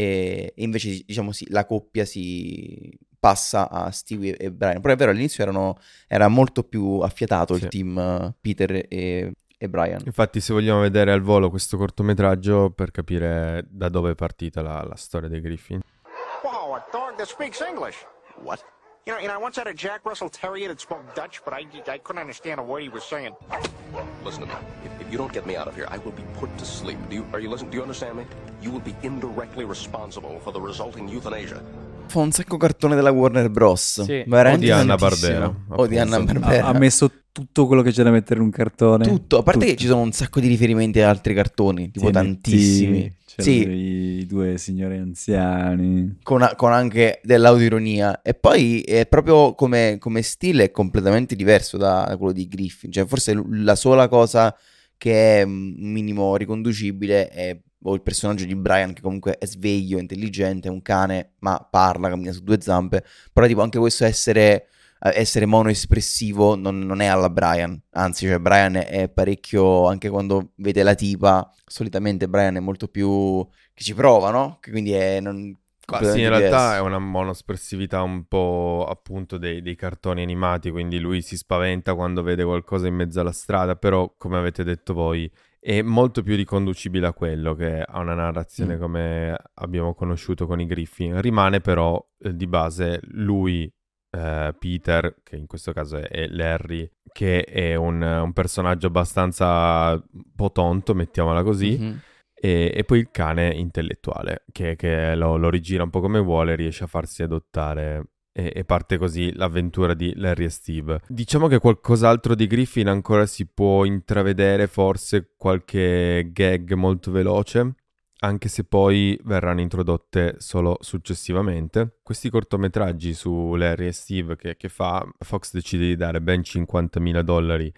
e, e invece diciamo sì, la coppia si passa a Stewie e Brian. Però è vero, all'inizio erano, era molto più affiatato Sì. il team uh, Peter e, e Brian. Infatti, se vogliamo vedere al volo questo cortometraggio per capire da dove è partita la, la storia dei Griffin. Whoa, a dog that speaks English. What? You know, you know, I once had a Jack Russell Terrier that spoke Dutch, but I, I couldn't understand a word he was saying. Listen to me. If, if you don't get me out of here, I will be put to sleep. Do you, are you listening? Do you understand me? You will be indirectly responsible for the resulting euthanasia. Fa un sacco cartone della Warner Bros. Sì. Veramente O di Hanna tantissimo. Barbera, O di Hanna appunto. Barbera. Ha, ha messo tutto quello che c'è da mettere in un cartone. tutto. A parte che Tutto. ci sono un sacco di riferimenti ad altri cartoni, tipo T N T, tantissimi. c'erano Sì, i, i due signori anziani. con, a- con anche dell'autoironia. E poi è proprio come, come stile è completamente diverso da, da quello di Griffin. Cioè, forse l- la sola cosa che è un minimo riconducibile è o il personaggio di Brian, che comunque è sveglio, intelligente, è un cane, ma parla, cammina su due zampe. Però tipo anche questo essere, eh, essere monoespressivo non, non è alla Brian. Anzi, cioè Brian è, è parecchio, anche quando vede la tipa, solitamente Brian è molto più che ci prova, no? Che quindi è... Non, Ma sì, in completamente realtà diverso. è una monospersività un po' appunto dei, dei cartoni animati, quindi lui si spaventa quando vede qualcosa in mezzo alla strada, però come avete detto voi è molto più riconducibile a quello che ha una narrazione Mm. come abbiamo conosciuto con i Griffin. Rimane però eh, di base lui, eh, Peter, che in questo caso è, è Larry, che è un, un personaggio abbastanza un po' tonto, mettiamola così. Mhm. E, e poi il cane intellettuale, che, che lo, lo rigira un po' come vuole, riesce a farsi adottare e, e parte così l'avventura di Larry e Steve. Diciamo che qualcos'altro di Griffin ancora si può intravedere, forse qualche gag molto veloce, anche se poi verranno introdotte solo successivamente. Questi cortometraggi su Larry e Steve che, che fa, Fox decide di dare ben cinquantamila dollari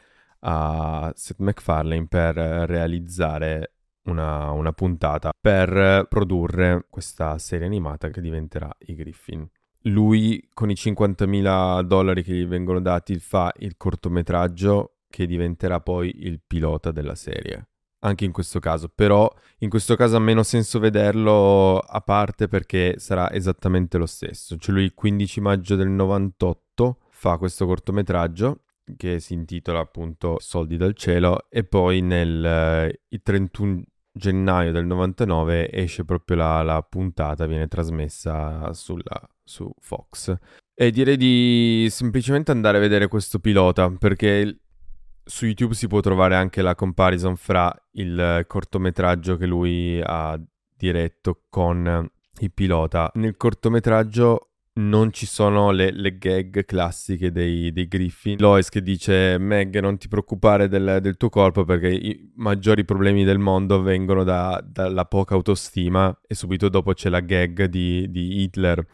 a Seth MacFarlane per realizzare Una, una puntata per produrre questa serie animata che diventerà i Griffin. Lui con i cinquantamila dollari che gli vengono dati fa il cortometraggio che diventerà poi il pilota della serie. Anche in questo caso, però in questo caso ha meno senso vederlo a parte perché sarà esattamente lo stesso. Cioè lui il quindici maggio del novantotto fa questo cortometraggio che si intitola appunto Soldi dal cielo e poi nel eh, il trentuno gennaio del novantanove esce proprio la, la puntata, viene trasmessa sulla, su Fox. E direi di semplicemente andare a vedere questo pilota, perché il- su YouTube si può trovare anche la comparison fra il cortometraggio che lui ha diretto con il pilota. Nel cortometraggio non ci sono le, le gag classiche dei, dei Griffin. Lois che dice: Meg, non ti preoccupare del, del tuo corpo perché i maggiori problemi del mondo vengono da- dalla poca autostima. E subito dopo c'è la gag di, di Hitler.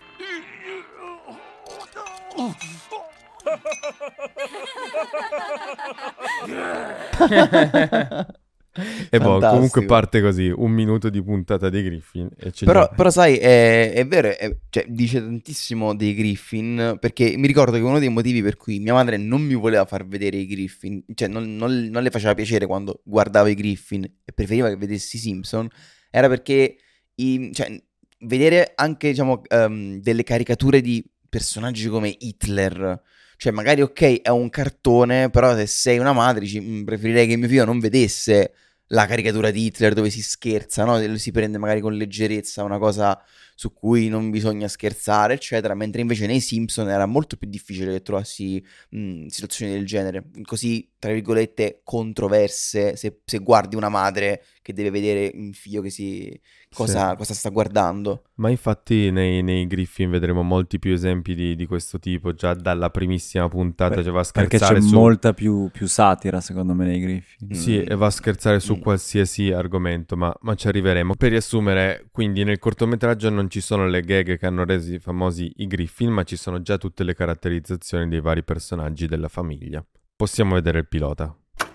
E boh, Fantastico. comunque parte così, un minuto di puntata dei Griffin e ce li Però, ha. però sai, è, è vero, è- cioè, dice tantissimo dei Griffin, perché mi ricordo che uno dei motivi per cui mia madre non mi voleva far vedere i Griffin, cioè non, non- non le faceva piacere quando guardavo i Griffin e preferiva che vedessi i Simpson, era perché i- cioè, vedere anche, diciamo, ehm, delle caricature di personaggi come Hitler, cioè magari ok, è un cartone, però se sei una madre dici, "Mm, preferirei che mio figlio non vedesse la caricatura di Hitler dove si scherza, no? Si prende magari con leggerezza una cosa su cui non bisogna scherzare, eccetera, mentre invece nei Simpson era molto più difficile che trovassi mh, situazioni del genere, così, tra virgolette, controverse, se, se guardi una madre che deve vedere un figlio che si... cosa, Sì. cosa sta guardando. Ma infatti nei, nei Griffin vedremo molti più esempi di, di questo tipo, già dalla primissima puntata, Per- cioè va a perché scherzare c'è su... molta più, più satira secondo me nei Griffin. Sì, Mm. e va a scherzare su Mm. qualsiasi argomento, ma, ma ci arriveremo. Per riassumere, quindi nel cortometraggio non ci sono le gag che hanno resi famosi i Griffin, ma ci sono già tutte le caratterizzazioni dei vari personaggi della famiglia. Possiamo vedere il pilota.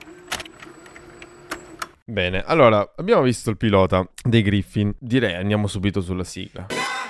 Bene, allora, abbiamo visto il pilota dei Griffin. Direi andiamo subito sulla sigla.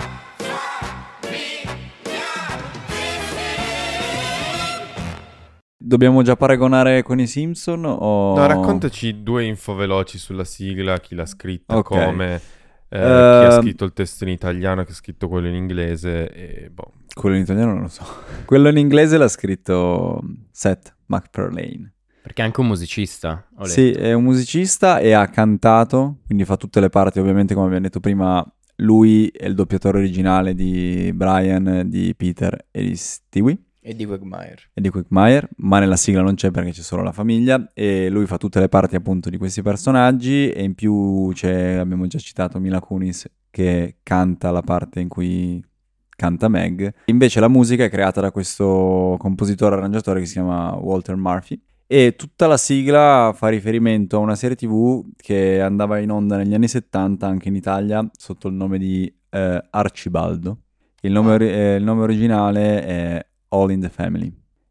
Dobbiamo già paragonare con i Simpson o... No, raccontaci due info veloci sulla sigla, chi l'ha scritta, Ok. come, eh, chi Ehm. ha scritto il testo in italiano, chi ha scritto quello in inglese e boh. Quello in italiano non lo so. Quello in inglese l'ha scritto Seth MacFarlane. Perché è anche un musicista. ho Sì, letto. è un musicista e ha cantato, quindi fa tutte le parti, ovviamente come abbiamo detto prima, lui è il doppiatore originale di Brian, di Peter e di Stewie E di Quagmire. e di Quagmire, ma nella sigla non c'è perché c'è solo la famiglia e lui fa tutte le parti appunto di questi personaggi e in più c'è, abbiamo già citato Mila Kunis che canta la parte in cui canta Meg. Invece la musica è creata da questo compositore arrangiatore che si chiama Walter Murphy e tutta la sigla fa riferimento a una serie tv che andava in onda negli anni settanta anche in Italia sotto il nome di eh, Arcibaldo. Il nome, ori- eh, il nome originale è All in the Family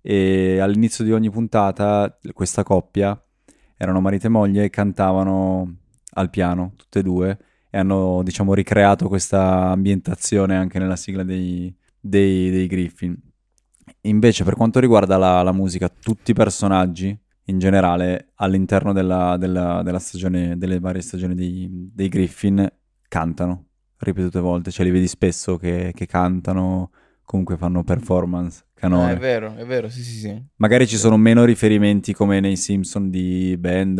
e all'inizio di ogni puntata questa coppia erano marito e moglie e cantavano al piano tutte e due e hanno diciamo ricreato questa ambientazione anche nella sigla dei, dei, dei Griffin. Invece per quanto riguarda la, la musica, tutti i personaggi in generale all'interno della, della, della stagione, delle varie stagioni dei, dei Griffin cantano ripetute volte, cioè li vedi spesso che, che cantano, comunque fanno performance Ah, canone. è vero, è vero, sì, sì, sì. Magari ci sono meno riferimenti come nei Simpson di band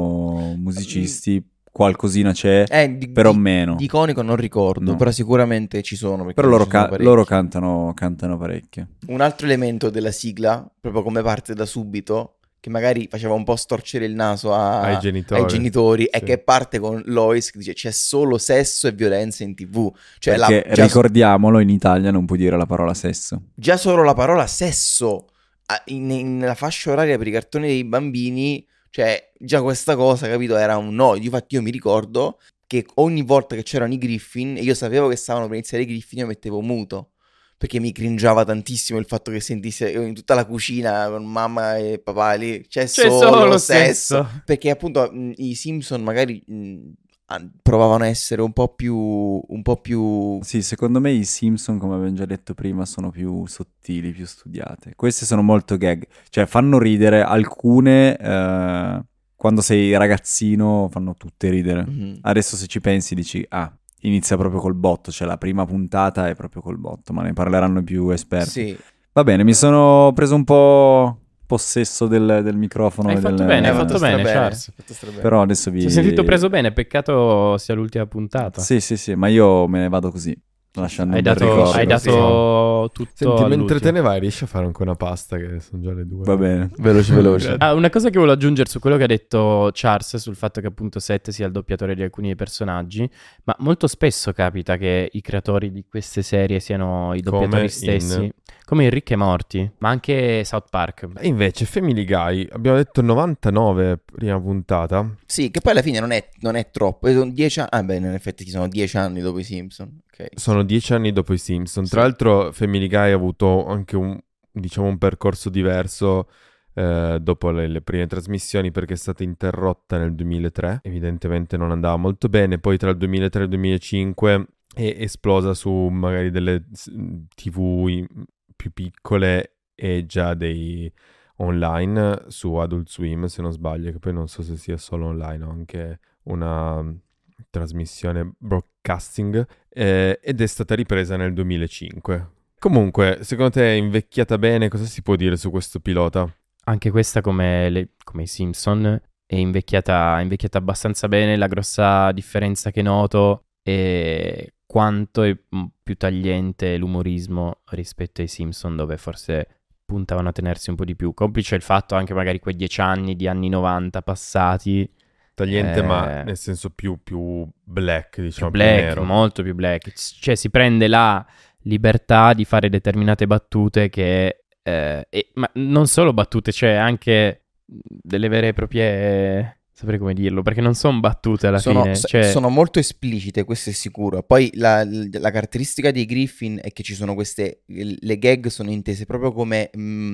o musicisti, qualcosina c'è, Eh, di, però di- meno. di iconico non ricordo, No. però sicuramente ci sono. perché Però loro, ci sono ca- parecchi. loro cantano, cantano parecchio. Un altro elemento della sigla, proprio come parte da subito, che magari faceva un po' storcere il naso a- Ai genitori. ai genitori, è Sì. che parte con Lois che dice c'è solo sesso e violenza in tv. Cioè, la- Perché già, ricordiamolo, in Italia non puoi dire la parola sesso. già solo la parola sesso a- in- in- nella fascia oraria per i cartoni dei bambini, cioè già questa cosa, capito, era un no. Infatti io mi ricordo che ogni volta che c'erano i Griffin e io sapevo che stavano per iniziare i Griffin, io mettevo muto. Perché mi cringiava tantissimo il fatto che sentisse in tutta la cucina con mamma e papà lì c'è, C'è solo, solo sesso. sesso. Perché appunto mh, i Simpson magari mh, a- provavano a essere un po' più un po' più Sì, secondo me i Simpson, come abbiamo già detto prima, sono più sottili, più studiate. Queste sono molto gag, cioè fanno ridere, alcune eh, quando sei ragazzino fanno tutte ridere. Mhm. Adesso se ci pensi dici, ah, inizia proprio col botto, cioè la prima puntata è proprio col botto, ma ne parleranno i più esperti. Sì. Va bene, mi sono preso un po' possesso del, del microfono. Hai e fatto del- bene, hai Hai fatto bene, strabene, Charles. hai fatto strabene. Però adesso vi... Si è sentito preso bene, peccato sia l'ultima puntata. Sì, sì, sì, ma io me ne vado così, lasciando Hai un bel dato, ricordo. hai dato tutto Senti, mentre all'ultimo. te ne vai, riesci a fare anche una pasta che sono già le due. Va bene. Veloce, veloce. Ah, una cosa che volevo aggiungere su quello che ha detto Charles sul fatto che appunto Seth sia il doppiatore di alcuni dei personaggi, ma molto spesso capita che i creatori di queste serie siano i doppiatori Come stessi, in- come in Rick e Morty, ma anche South Park. E invece Family Guy, abbiamo detto novantanove prima puntata. Sì, che poi alla fine non è, non è troppo. eh, Sono dieci anni. Ah, beh, in effetti ci sono dieci anni dopo i Simpson. Ok. Sono dieci anni dopo i Simpson. Tra Sì. l'altro Family Guy ha avuto anche un, diciamo, un percorso diverso eh, dopo le, le prime trasmissioni perché è stata interrotta nel duemilatré. Evidentemente non andava molto bene. Poi tra il duemilatré e il duemilacinque è esplosa su magari delle s- tivù in- più piccole e già dei online su Adult Swim, se non sbaglio, che poi non so se sia solo online o anche una mm, trasmissione broadcasting, eh, ed è stata ripresa nel duemilacinque. Comunque, secondo te è invecchiata bene? Cosa si può dire su questo pilota? Anche questa, come, le- come i Simpson, è invecchiata, è invecchiata abbastanza bene. La grossa differenza che noto è quanto è mm, più tagliente l'umorismo rispetto ai Simpson, dove forse puntavano a tenersi un po' di più, complice il fatto anche magari quei dieci anni di anni novanta passati. Tagliente, Eh, ma nel senso più, più black, più diciamo, più, black, nero. molto più black. Cioè si prende la libertà di fare determinate battute che... eh, e- ma non solo battute, cioè anche delle vere e proprie... saprei come dirlo, perché non sono battute alla Sono, fine. s- Cioè, sono molto esplicite, questo è sicuro. Poi la, la caratteristica dei Griffin è che ci sono queste, le gag sono intese proprio come mh,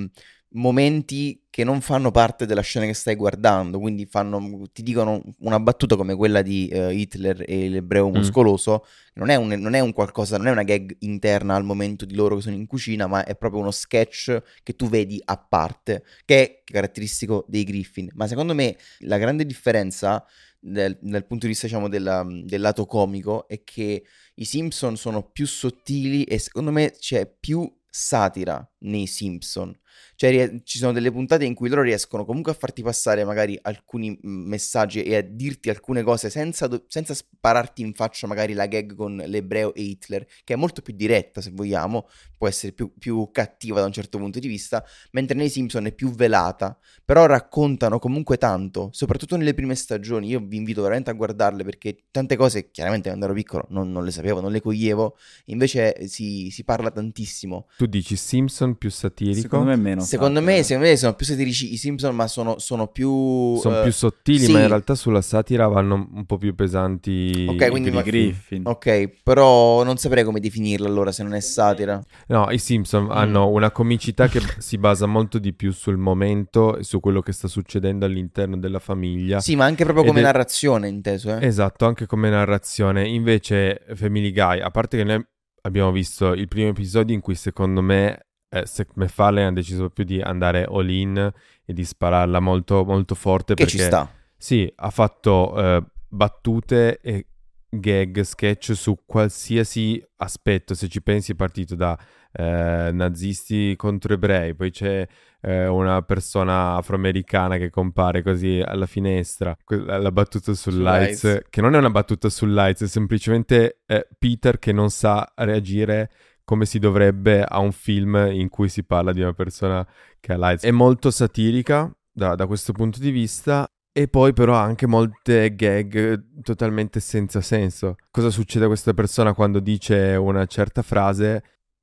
momenti che non fanno parte della scena che stai guardando, quindi fanno, ti dicono una battuta come quella di eh, Hitler e l'ebreo Mm. muscoloso, non è, un, non è un qualcosa, non è una gag interna al momento di loro che sono in cucina, ma è proprio uno sketch che tu vedi a parte, che è caratteristico dei Griffin. Ma secondo me la grande differenza dal, dal punto di vista, diciamo, della- del lato comico è che i Simpson sono più sottili e secondo me c'è più satira nei Simpson. Cioè rie- ci sono delle puntate in cui loro riescono comunque a farti passare magari alcuni mm, messaggi e a dirti alcune cose senza, do- senza spararti in faccia magari la gag con l'ebreo e Hitler, che è molto più diretta se vogliamo, può essere più, più cattiva da un certo punto di vista, mentre nei Simpson è più velata, però raccontano comunque tanto, soprattutto nelle prime stagioni. Io vi invito veramente a guardarle perché tante cose, chiaramente quando ero piccolo non, non le sapevo, non le coglievo, invece eh, si, si parla tantissimo. Tu dici Simpson più satirico? Secondo me meno. Secondo satira. me, secondo me sono più satirici i Simpson, ma sono, sono più... Sono eh, più sottili, sì. ma in realtà sulla satira vanno un po' più pesanti. Ok, i quindi I ma- Griffin. Ok, però non saprei come definirla allora se non è satira. No, i Simpson hanno una comicità che si basa molto di più sul momento e su quello che sta succedendo all'interno della famiglia. Sì, ma anche proprio Ed come è- narrazione inteso, eh. Esatto, anche come narrazione. Invece Family Guy, a parte che noi abbiamo visto il primo episodio in cui secondo me eh, Seth MacFarlane ha deciso più di andare all in e di spararla molto, molto forte Che perché ci sta. sì, ha fatto eh, battute e gag, sketch su qualsiasi aspetto. Se ci pensi è partito da eh, nazisti contro ebrei, poi c'è eh, una persona afroamericana che compare così alla finestra, que- la, la battuta sul Su lights, Lights. che non è una battuta sul lights, è semplicemente eh, Peter che non sa reagire come si dovrebbe a un film in cui si parla di una persona che ha lights. È molto satirica da, da questo punto di vista. E poi però ha anche molte gag totalmente senza senso. Cosa succede a questa persona quando dice una certa frase,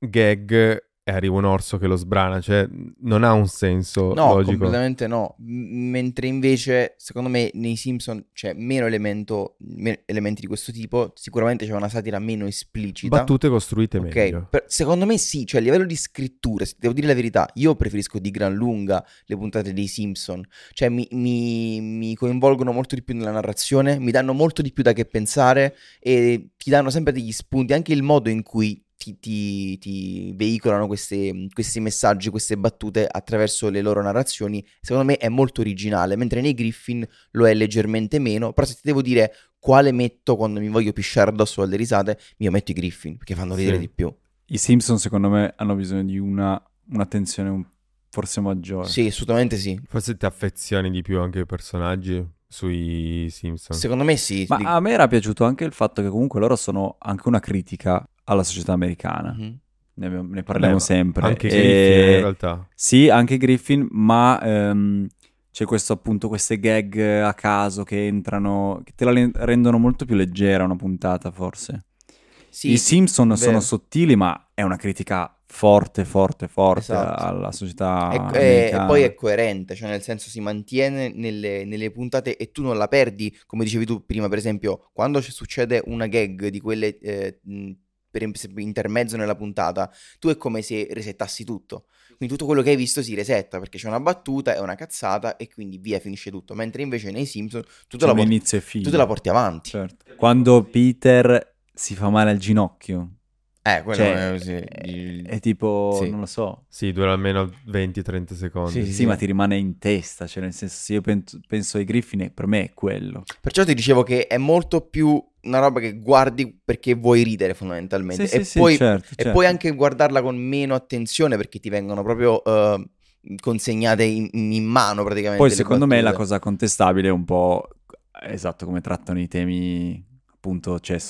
gag, e arriva un orso che lo sbrana? Cioè, non ha un senso No, logico. completamente no. M- mentre invece, secondo me, nei Simpson c'è meno elemento, me- elementi di questo tipo. Sicuramente c'è una satira meno esplicita. Battute costruite Ok, meglio. per- secondo me sì, cioè a livello di scrittura, se devo dire la verità, io preferisco di gran lunga le puntate dei Simpson, cioè mi, mi- mi coinvolgono molto di più nella narrazione, mi danno molto di più da che pensare e ti danno sempre degli spunti, anche il modo in cui ti, ti- ti veicolano queste- questi messaggi, queste battute attraverso le loro narrazioni, secondo me è molto originale, mentre nei Griffin lo è leggermente meno, però se ti devo dire quale metto quando mi voglio pisciare addosso alle risate, io metto i Griffin, perché fanno ridere Sì. di più. I Simpson secondo me hanno bisogno di una, un'attenzione un- forse maggiore. Sì, assolutamente sì. Forse ti affezioni di più anche ai personaggi sui Simpson. Secondo me sì. Ma Di- a me era piaciuto anche il fatto che comunque loro sono anche una critica alla società americana. Mhm. Ne, abbiamo- ne parliamo Beh, sempre. Anche E- Griffin in realtà. Sì, anche Griffin, ma ehm, c'è questo appunto, queste gag a caso che entrano, che te la le- rendono molto più leggera una puntata forse. Sì, I Simpson vero. sono sottili, ma è una critica forte, forte, forte Esatto. alla società E, e- americana. e poi è coerente, cioè nel senso si mantiene nelle, nelle puntate e tu non la perdi, come dicevi tu prima, per esempio, quando ci succede una gag di quelle eh, mh, per esempio intermezzo nella puntata, tu è come se resettassi tutto. Quindi tutto quello che hai visto si resetta perché c'è una battuta, è una cazzata e quindi via, finisce tutto. Mentre invece nei Simpson tu te, C'è la, un por- inizio e fine. tu te la porti avanti. Certo. Quando Peter si fa male al ginocchio, Eh, quello cioè, è, sì, è, è tipo, Sì. non lo so. Sì, dura almeno venti trenta secondi. Sì, Sì, ma ti rimane in testa, cioè nel senso, se io penso, penso ai Griffin, per me è quello. Perciò ti dicevo che è molto più una roba che guardi perché vuoi ridere fondamentalmente. Sì, e, sì, sì, poi, certo, e certo. poi anche guardarla con meno attenzione perché ti vengono proprio eh, consegnate in, in mano praticamente. Poi le secondo me la battute. cosa contestabile è un po', esatto, come trattano i temi, appunto, cioè sono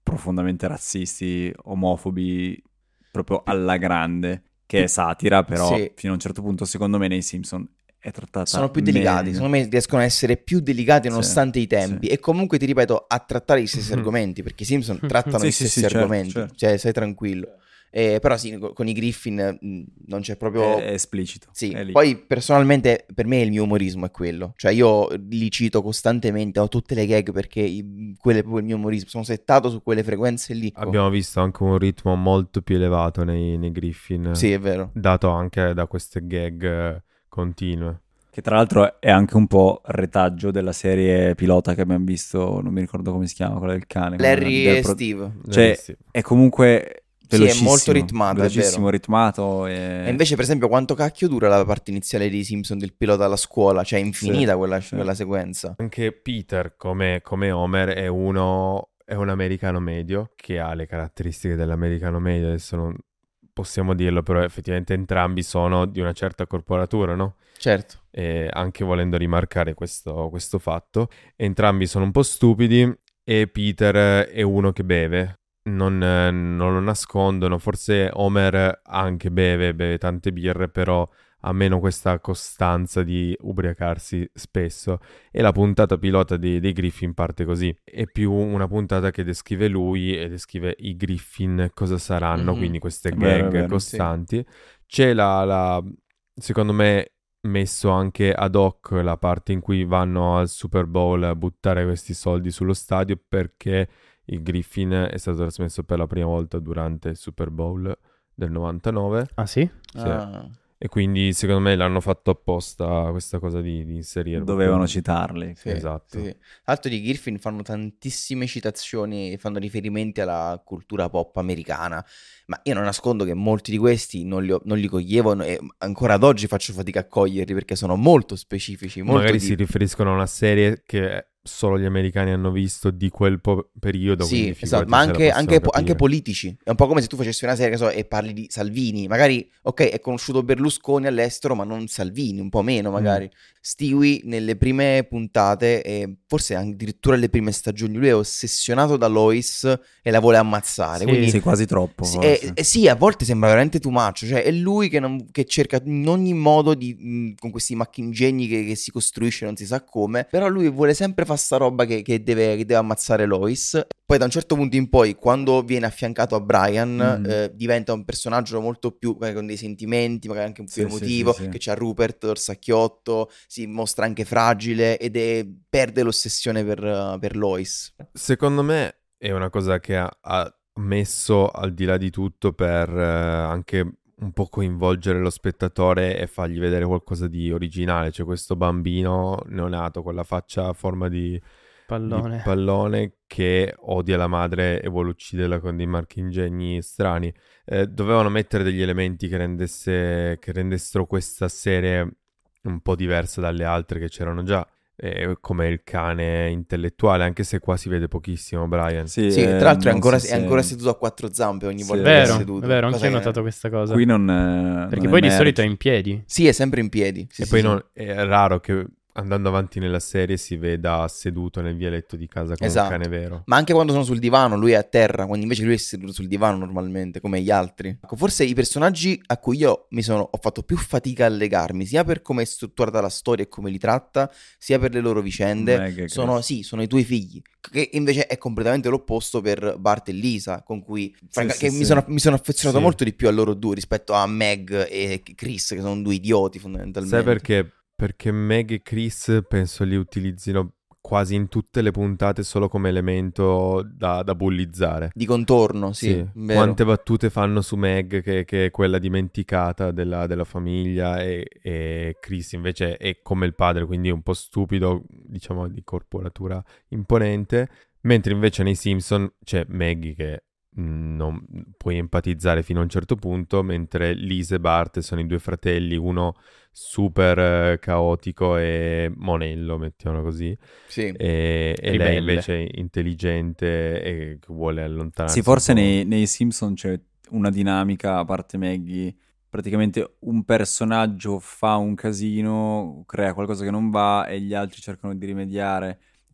profondamente razzisti, omofobi, proprio alla grande, che è satira, però Sì. fino a un certo punto secondo me nei Simpson è trattata Sono più delicati, meglio. secondo me riescono a essere più delicati nonostante Sì, i tempi sì. e comunque ti ripeto a trattare gli stessi argomenti, perché i Simpson trattano Sì, gli sì, stessi sì, certo, argomenti, certo. cioè stai tranquillo. Eh, però sì, co- con i Griffin mh, non c'è proprio... È, è esplicito. Sì, è lì. poi personalmente per me il mio umorismo è quello, cioè io li cito costantemente, ho tutte le gag perché i- quello è proprio il mio umorismo, sono settato su quelle frequenze lì. Abbiamo visto anche un ritmo molto più elevato nei, nei Griffin, Sì, è vero. dato anche da queste gag eh, continue. Che tra l'altro è anche un po' retaggio della serie pilota che abbiamo visto, non mi ricordo come si chiama, quella del cane. quella Larry del e pro- Steve. Cioè, Sì. è comunque Sì, è velocissimo. molto ritmato, è velocissimo, vero. ritmato. E... E invece, per esempio, quanto cacchio dura la parte iniziale di Simpson del pilota alla scuola? Cioè, è infinita Sì, quella, sì. quella sequenza. Anche Peter, come, come Homer, è uno è un americano medio che ha le caratteristiche dell'americano medio. Adesso non possiamo dirlo, però effettivamente entrambi sono di una certa corporatura, no? Certo. E anche volendo rimarcare questo, questo fatto, entrambi sono un po' stupidi e Peter è uno che beve. Non, eh, non lo nascondono, forse Homer anche beve, beve tante birre, però ha meno questa costanza di ubriacarsi spesso. E la puntata pilota dei, dei Griffin parte così. È più una puntata che descrive lui e descrive i Griffin cosa saranno, Mhm. quindi queste È vero, è gag vero, costanti. C'è la, la, secondo me, messo anche ad hoc la parte in cui vanno al Super Bowl a buttare questi soldi sullo stadio perché il Griffin è stato trasmesso per la prima volta durante il Super Bowl del novantanove. Ah sì? Sì. Ah. E quindi secondo me l'hanno fatto apposta questa cosa di, di inserire. Dovevano proprio- citarli. Sì, Esatto. sì. Tra l'altro di Griffin fanno tantissime citazioni, fanno riferimenti alla cultura pop americana, ma io non nascondo che molti di questi non li, ho- non li coglievo e ancora ad oggi faccio fatica a coglierli perché sono molto specifici, molto Magari di- si riferiscono a una serie che solo gli americani hanno visto di quel po- periodo. Sì, quindi esatto, figurati ma se la anche, possono anche po- capire. anche politici. È un po' come se tu facessi una serie che so, e parli di Salvini. Magari, ok, è conosciuto Berlusconi all'estero, ma non Salvini, un po' meno magari. Stewie nelle prime puntate, e forse addirittura nelle prime stagioni, lui è ossessionato da Lois e la vuole ammazzare. Sì. Quindi Sì, quasi troppo. sì, forse. eh, eh, sì, a volte sembra veramente too much, cioè è lui che, non- che cerca in ogni modo di, mh, con questi maccingegni che, che si costruisce non si sa come, però lui vuole sempre fare sta roba che, che deve, che deve ammazzare Lois. Poi da un certo punto in poi, quando viene affiancato a Brian, Mhm. eh, diventa un personaggio molto più, magari con dei sentimenti, magari anche un più Sì, sì, emotivo, sì, sì. che c'ha Rupert, l'orsacchiotto, si mostra anche fragile ed è, perde l'ossessione per, eh, per Lois. Secondo me è una cosa che ha, ha messo al di là di tutto per eh, anche un po' coinvolgere lo spettatore e fargli vedere qualcosa di originale. C'è questo bambino neonato con la faccia a forma di Pallone. di pallone che odia la madre e vuole ucciderla con dei marchingegni strani. Eh, dovevano mettere degli elementi che, rendesse, che rendessero questa serie un po' diversa dalle altre che c'erano già, eh, come il cane intellettuale, anche se qua si vede pochissimo Brian. Sì, Sì, eh, tra l'altro è non ancora, so è se- ancora seduto a quattro zampe ogni Sì, volta è che è Vero, seduto. è vero, Cosa anch'io ho che- notato questa cosa. Qui non, eh, Perché non poi di emerge. solito è in piedi. Sì, è sempre in piedi. Sì, E sì, poi sì. non- è raro che andando avanti nella serie si veda seduto nel vialetto di casa come Esatto. un cane vero. Ma anche quando sono sul divano, lui è a terra, quando invece lui è seduto sul divano normalmente, come gli altri. Ecco, forse i personaggi a cui io mi sono, ho fatto più fatica a legarmi, sia per come è strutturata la storia e come li tratta, sia per le loro vicende, Meg e sono, Chris. sì, sono i tuoi figli, che invece è completamente l'opposto per Bart e Lisa, con cui franca- sì, che sì. mi, sono, mi sono affezionato Sì. molto di più a loro due rispetto a Meg e Chris, che sono due idioti fondamentalmente. Sai perché? Perché Meg e Chris penso li utilizzino quasi in tutte le puntate solo come elemento da, da bullizzare. Di contorno, sì, Sì, vero. quante battute fanno su Meg che, che è quella dimenticata della, della famiglia e, e Chris invece è come il padre, quindi è un po' stupido, diciamo di corporatura imponente, mentre invece nei Simpson c'è Maggie che mh, non puoi empatizzare fino a un certo punto, mentre Lisa e Bart sono i due fratelli, uno super eh, caotico e monello, mettiamolo così, Sì. e, e lei Ribelle. invece intelligente e che vuole allontanarsi. Sì, forse un po'. nei, nei Simpson c'è una dinamica, a parte Maggie, praticamente un personaggio fa un casino, crea qualcosa che non va e gli altri cercano di rimediare.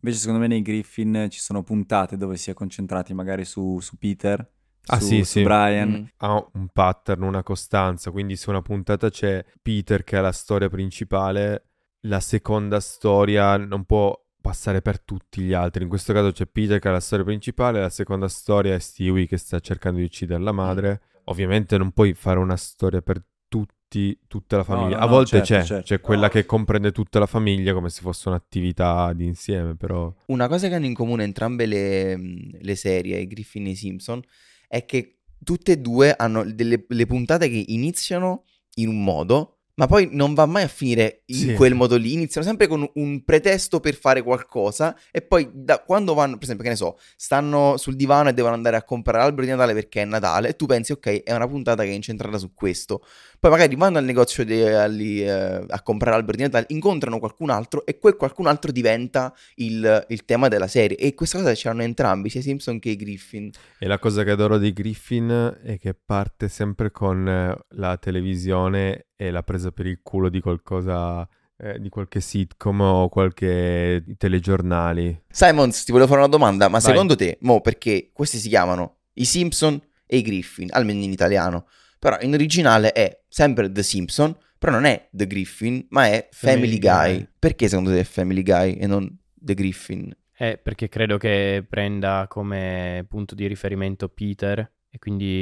Invece secondo me nei Griffin ci sono puntate dove si è concentrati magari su, su Peter, Ah, su, sì, su sì. Brian. Mm. Ha un pattern, una costanza, quindi se una puntata c'è Peter che è la storia principale, la seconda storia non può passare per tutti gli altri. In questo caso c'è Peter che è la storia principale, la seconda storia è Stewie che sta cercando di uccidere la madre. Ovviamente non puoi fare una storia per tutti, tutta la famiglia. no, A no, volte certo, c'è, certo. c'è quella che comprende tutta la famiglia come se fosse un'attività di insieme, però... Una cosa che hanno in comune entrambe le, le serie, i Griffin e i Simpson, è che tutte e due hanno delle le puntate che iniziano in un modo, ma poi non va mai a finire in Sì. quel modo lì. Iniziano sempre con un pretesto per fare qualcosa e poi da quando vanno, per esempio, che ne so, stanno sul divano e devono andare a comprare l'albero di Natale perché è Natale e tu pensi, ok, è una puntata che è incentrata su questo. Poi magari vanno al negozio di, lì, eh, a comprare l'albero di Natale, incontrano qualcun altro e quel qualcun altro diventa il, il tema della serie. E questa cosa ce l'hanno entrambi, sia i Simpson che i Griffin. E la cosa che adoro dei Griffin è che parte sempre con eh, la televisione e la presa per il culo di qualcosa, eh, di qualche sitcom o qualche telegiornali. Simons, ti volevo fare una domanda, ma Vai. secondo te, mo, perché questi si chiamano i Simpson e i Griffin, almeno in italiano, però in originale è sempre The Simpson, però non è The Griffin, ma è Family, Family Guy. Guy. Perché secondo te è Family Guy e non The Griffin? Eh, perché credo che prenda come punto di riferimento Peter e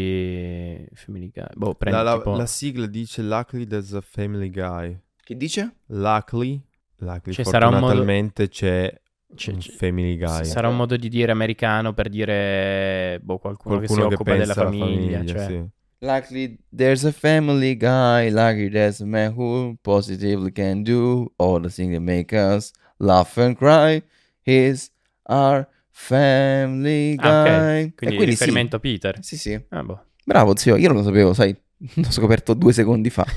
quindi Family Guy. Boh, prende La, la- tipo... la sigla dice Luckily there's a Family Guy. Che dice? Luckily, luckily Cioè, sarà un modo- fortunatamente c'è c'è- un c'è- Family Guy. Sarà un modo di dire americano per dire boh, qualcuno, Qualcuno che che, si occupa della pensa alla famiglia. famiglia, cioè. sì. Luckily there's a family guy, luckily there's a man who positively can do all the things that make us laugh and cry. He's our family guy. Ah, ok. E Quindi, quindi riferimento a Peter. sì. Sì, sì. Ah, boh. Bravo zio, io non lo sapevo, sai, l'ho scoperto due secondi fa.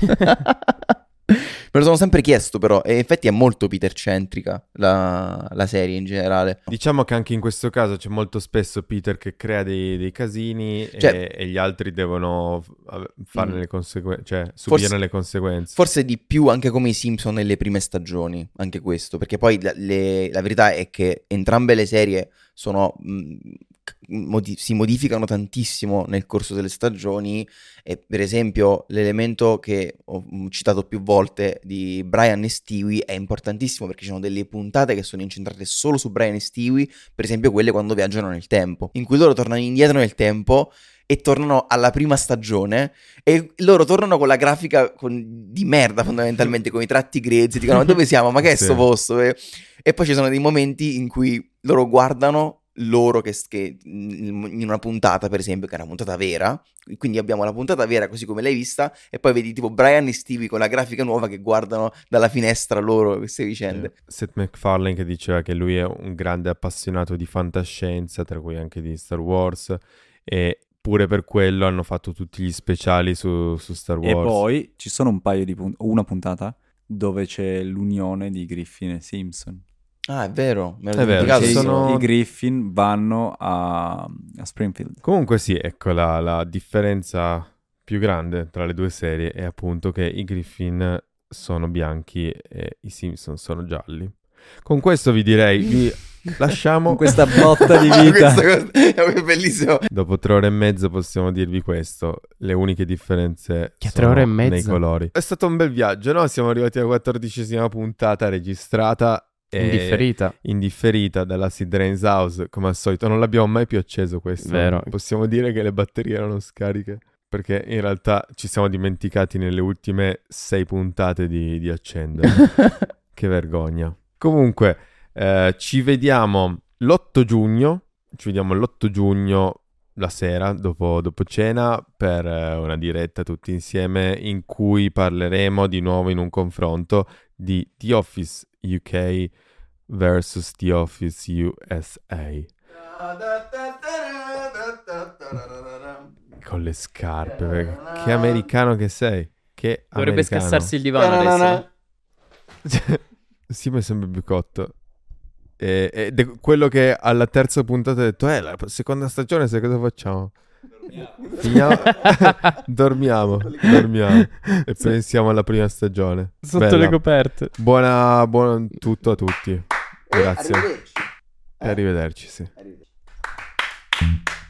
Me lo sono sempre chiesto però, e in effetti è molto Peter-centrica la, la serie in generale. Diciamo che anche in questo caso c'è molto spesso Peter che crea dei, dei casini Cioè- e, e gli altri devono f- farne Mm. le conseguenze, cioè subire Forse- le conseguenze. Forse di più anche come i Simpson nelle prime stagioni, anche questo, perché poi la, le- la verità è che entrambe le serie sono, mh, c- modi- si modificano tantissimo nel corso delle stagioni e per esempio l'elemento che ho mh, citato più volte di Brian e Stewie è importantissimo perché ci sono delle puntate che sono incentrate solo su Brian e Stewie, per esempio quelle quando viaggiano nel tempo, in cui loro tornano indietro nel tempo e tornano alla prima stagione e loro tornano con la grafica con- di merda fondamentalmente, con i tratti grezzi, dicono ma dove siamo, ma che è Sì. sto posto? E, e poi ci sono dei momenti in cui loro guardano loro che, che in una puntata per esempio che è una puntata vera, quindi abbiamo la puntata vera così come l'hai vista e poi vedi tipo Brian e Stevie con la grafica nuova che guardano dalla finestra loro queste vicende. Seth MacFarlane che diceva che lui è un grande appassionato di fantascienza, tra cui anche di Star Wars, e pure per quello hanno fatto tutti gli speciali su, su Star Wars. E poi ci sono un paio di puntate, una puntata dove c'è l'unione di Griffin e Simpson. Ah, è vero, me l'ho È vero, dimenticato. ci Che sì. sono- i Griffin vanno a, a Springfield. Comunque sì, ecco la, la differenza più grande tra le due serie è appunto che i Griffin sono bianchi e i Simpson sono gialli. Con questo vi direi, vi lasciamo... Con questa botta di vita. Questa cosa è bellissimo. Dopo tre ore e mezzo possiamo dirvi questo, le uniche differenze Che sono tre ore e nei mezzo? colori. È stato un bel viaggio, no? Siamo arrivati alla quattordicesima puntata registrata e Indifferita. indifferita dalla Sid Rains House, come al solito. Non l'abbiamo mai più acceso questo. Vero. Possiamo dire che le batterie erano scariche, perché in realtà ci siamo dimenticati nelle ultime sei puntate di, di accendere. Che vergogna. Comunque, eh, ci vediamo l'otto giugno, ci vediamo l'otto giugno la sera, dopo, dopo cena, per eh, una diretta tutti insieme in cui parleremo di nuovo in un confronto di The Office U K versus The Office U S A. Con le scarpe, perché- che americano che sei. Che Dovrebbe americano. scassarsi il divano adesso. Sì, ma è sempre più cotto. E- Ed è quello che alla terza puntata ha detto: Eh, la seconda stagione, sai cosa facciamo? Finiamo... dormiamo, dormiamo e pensiamo alla prima stagione. Sotto Bella. le coperte. Buona, buon tutto a tutti. Grazie. Arrivederci. E arrivederci, sì. Arrivederci.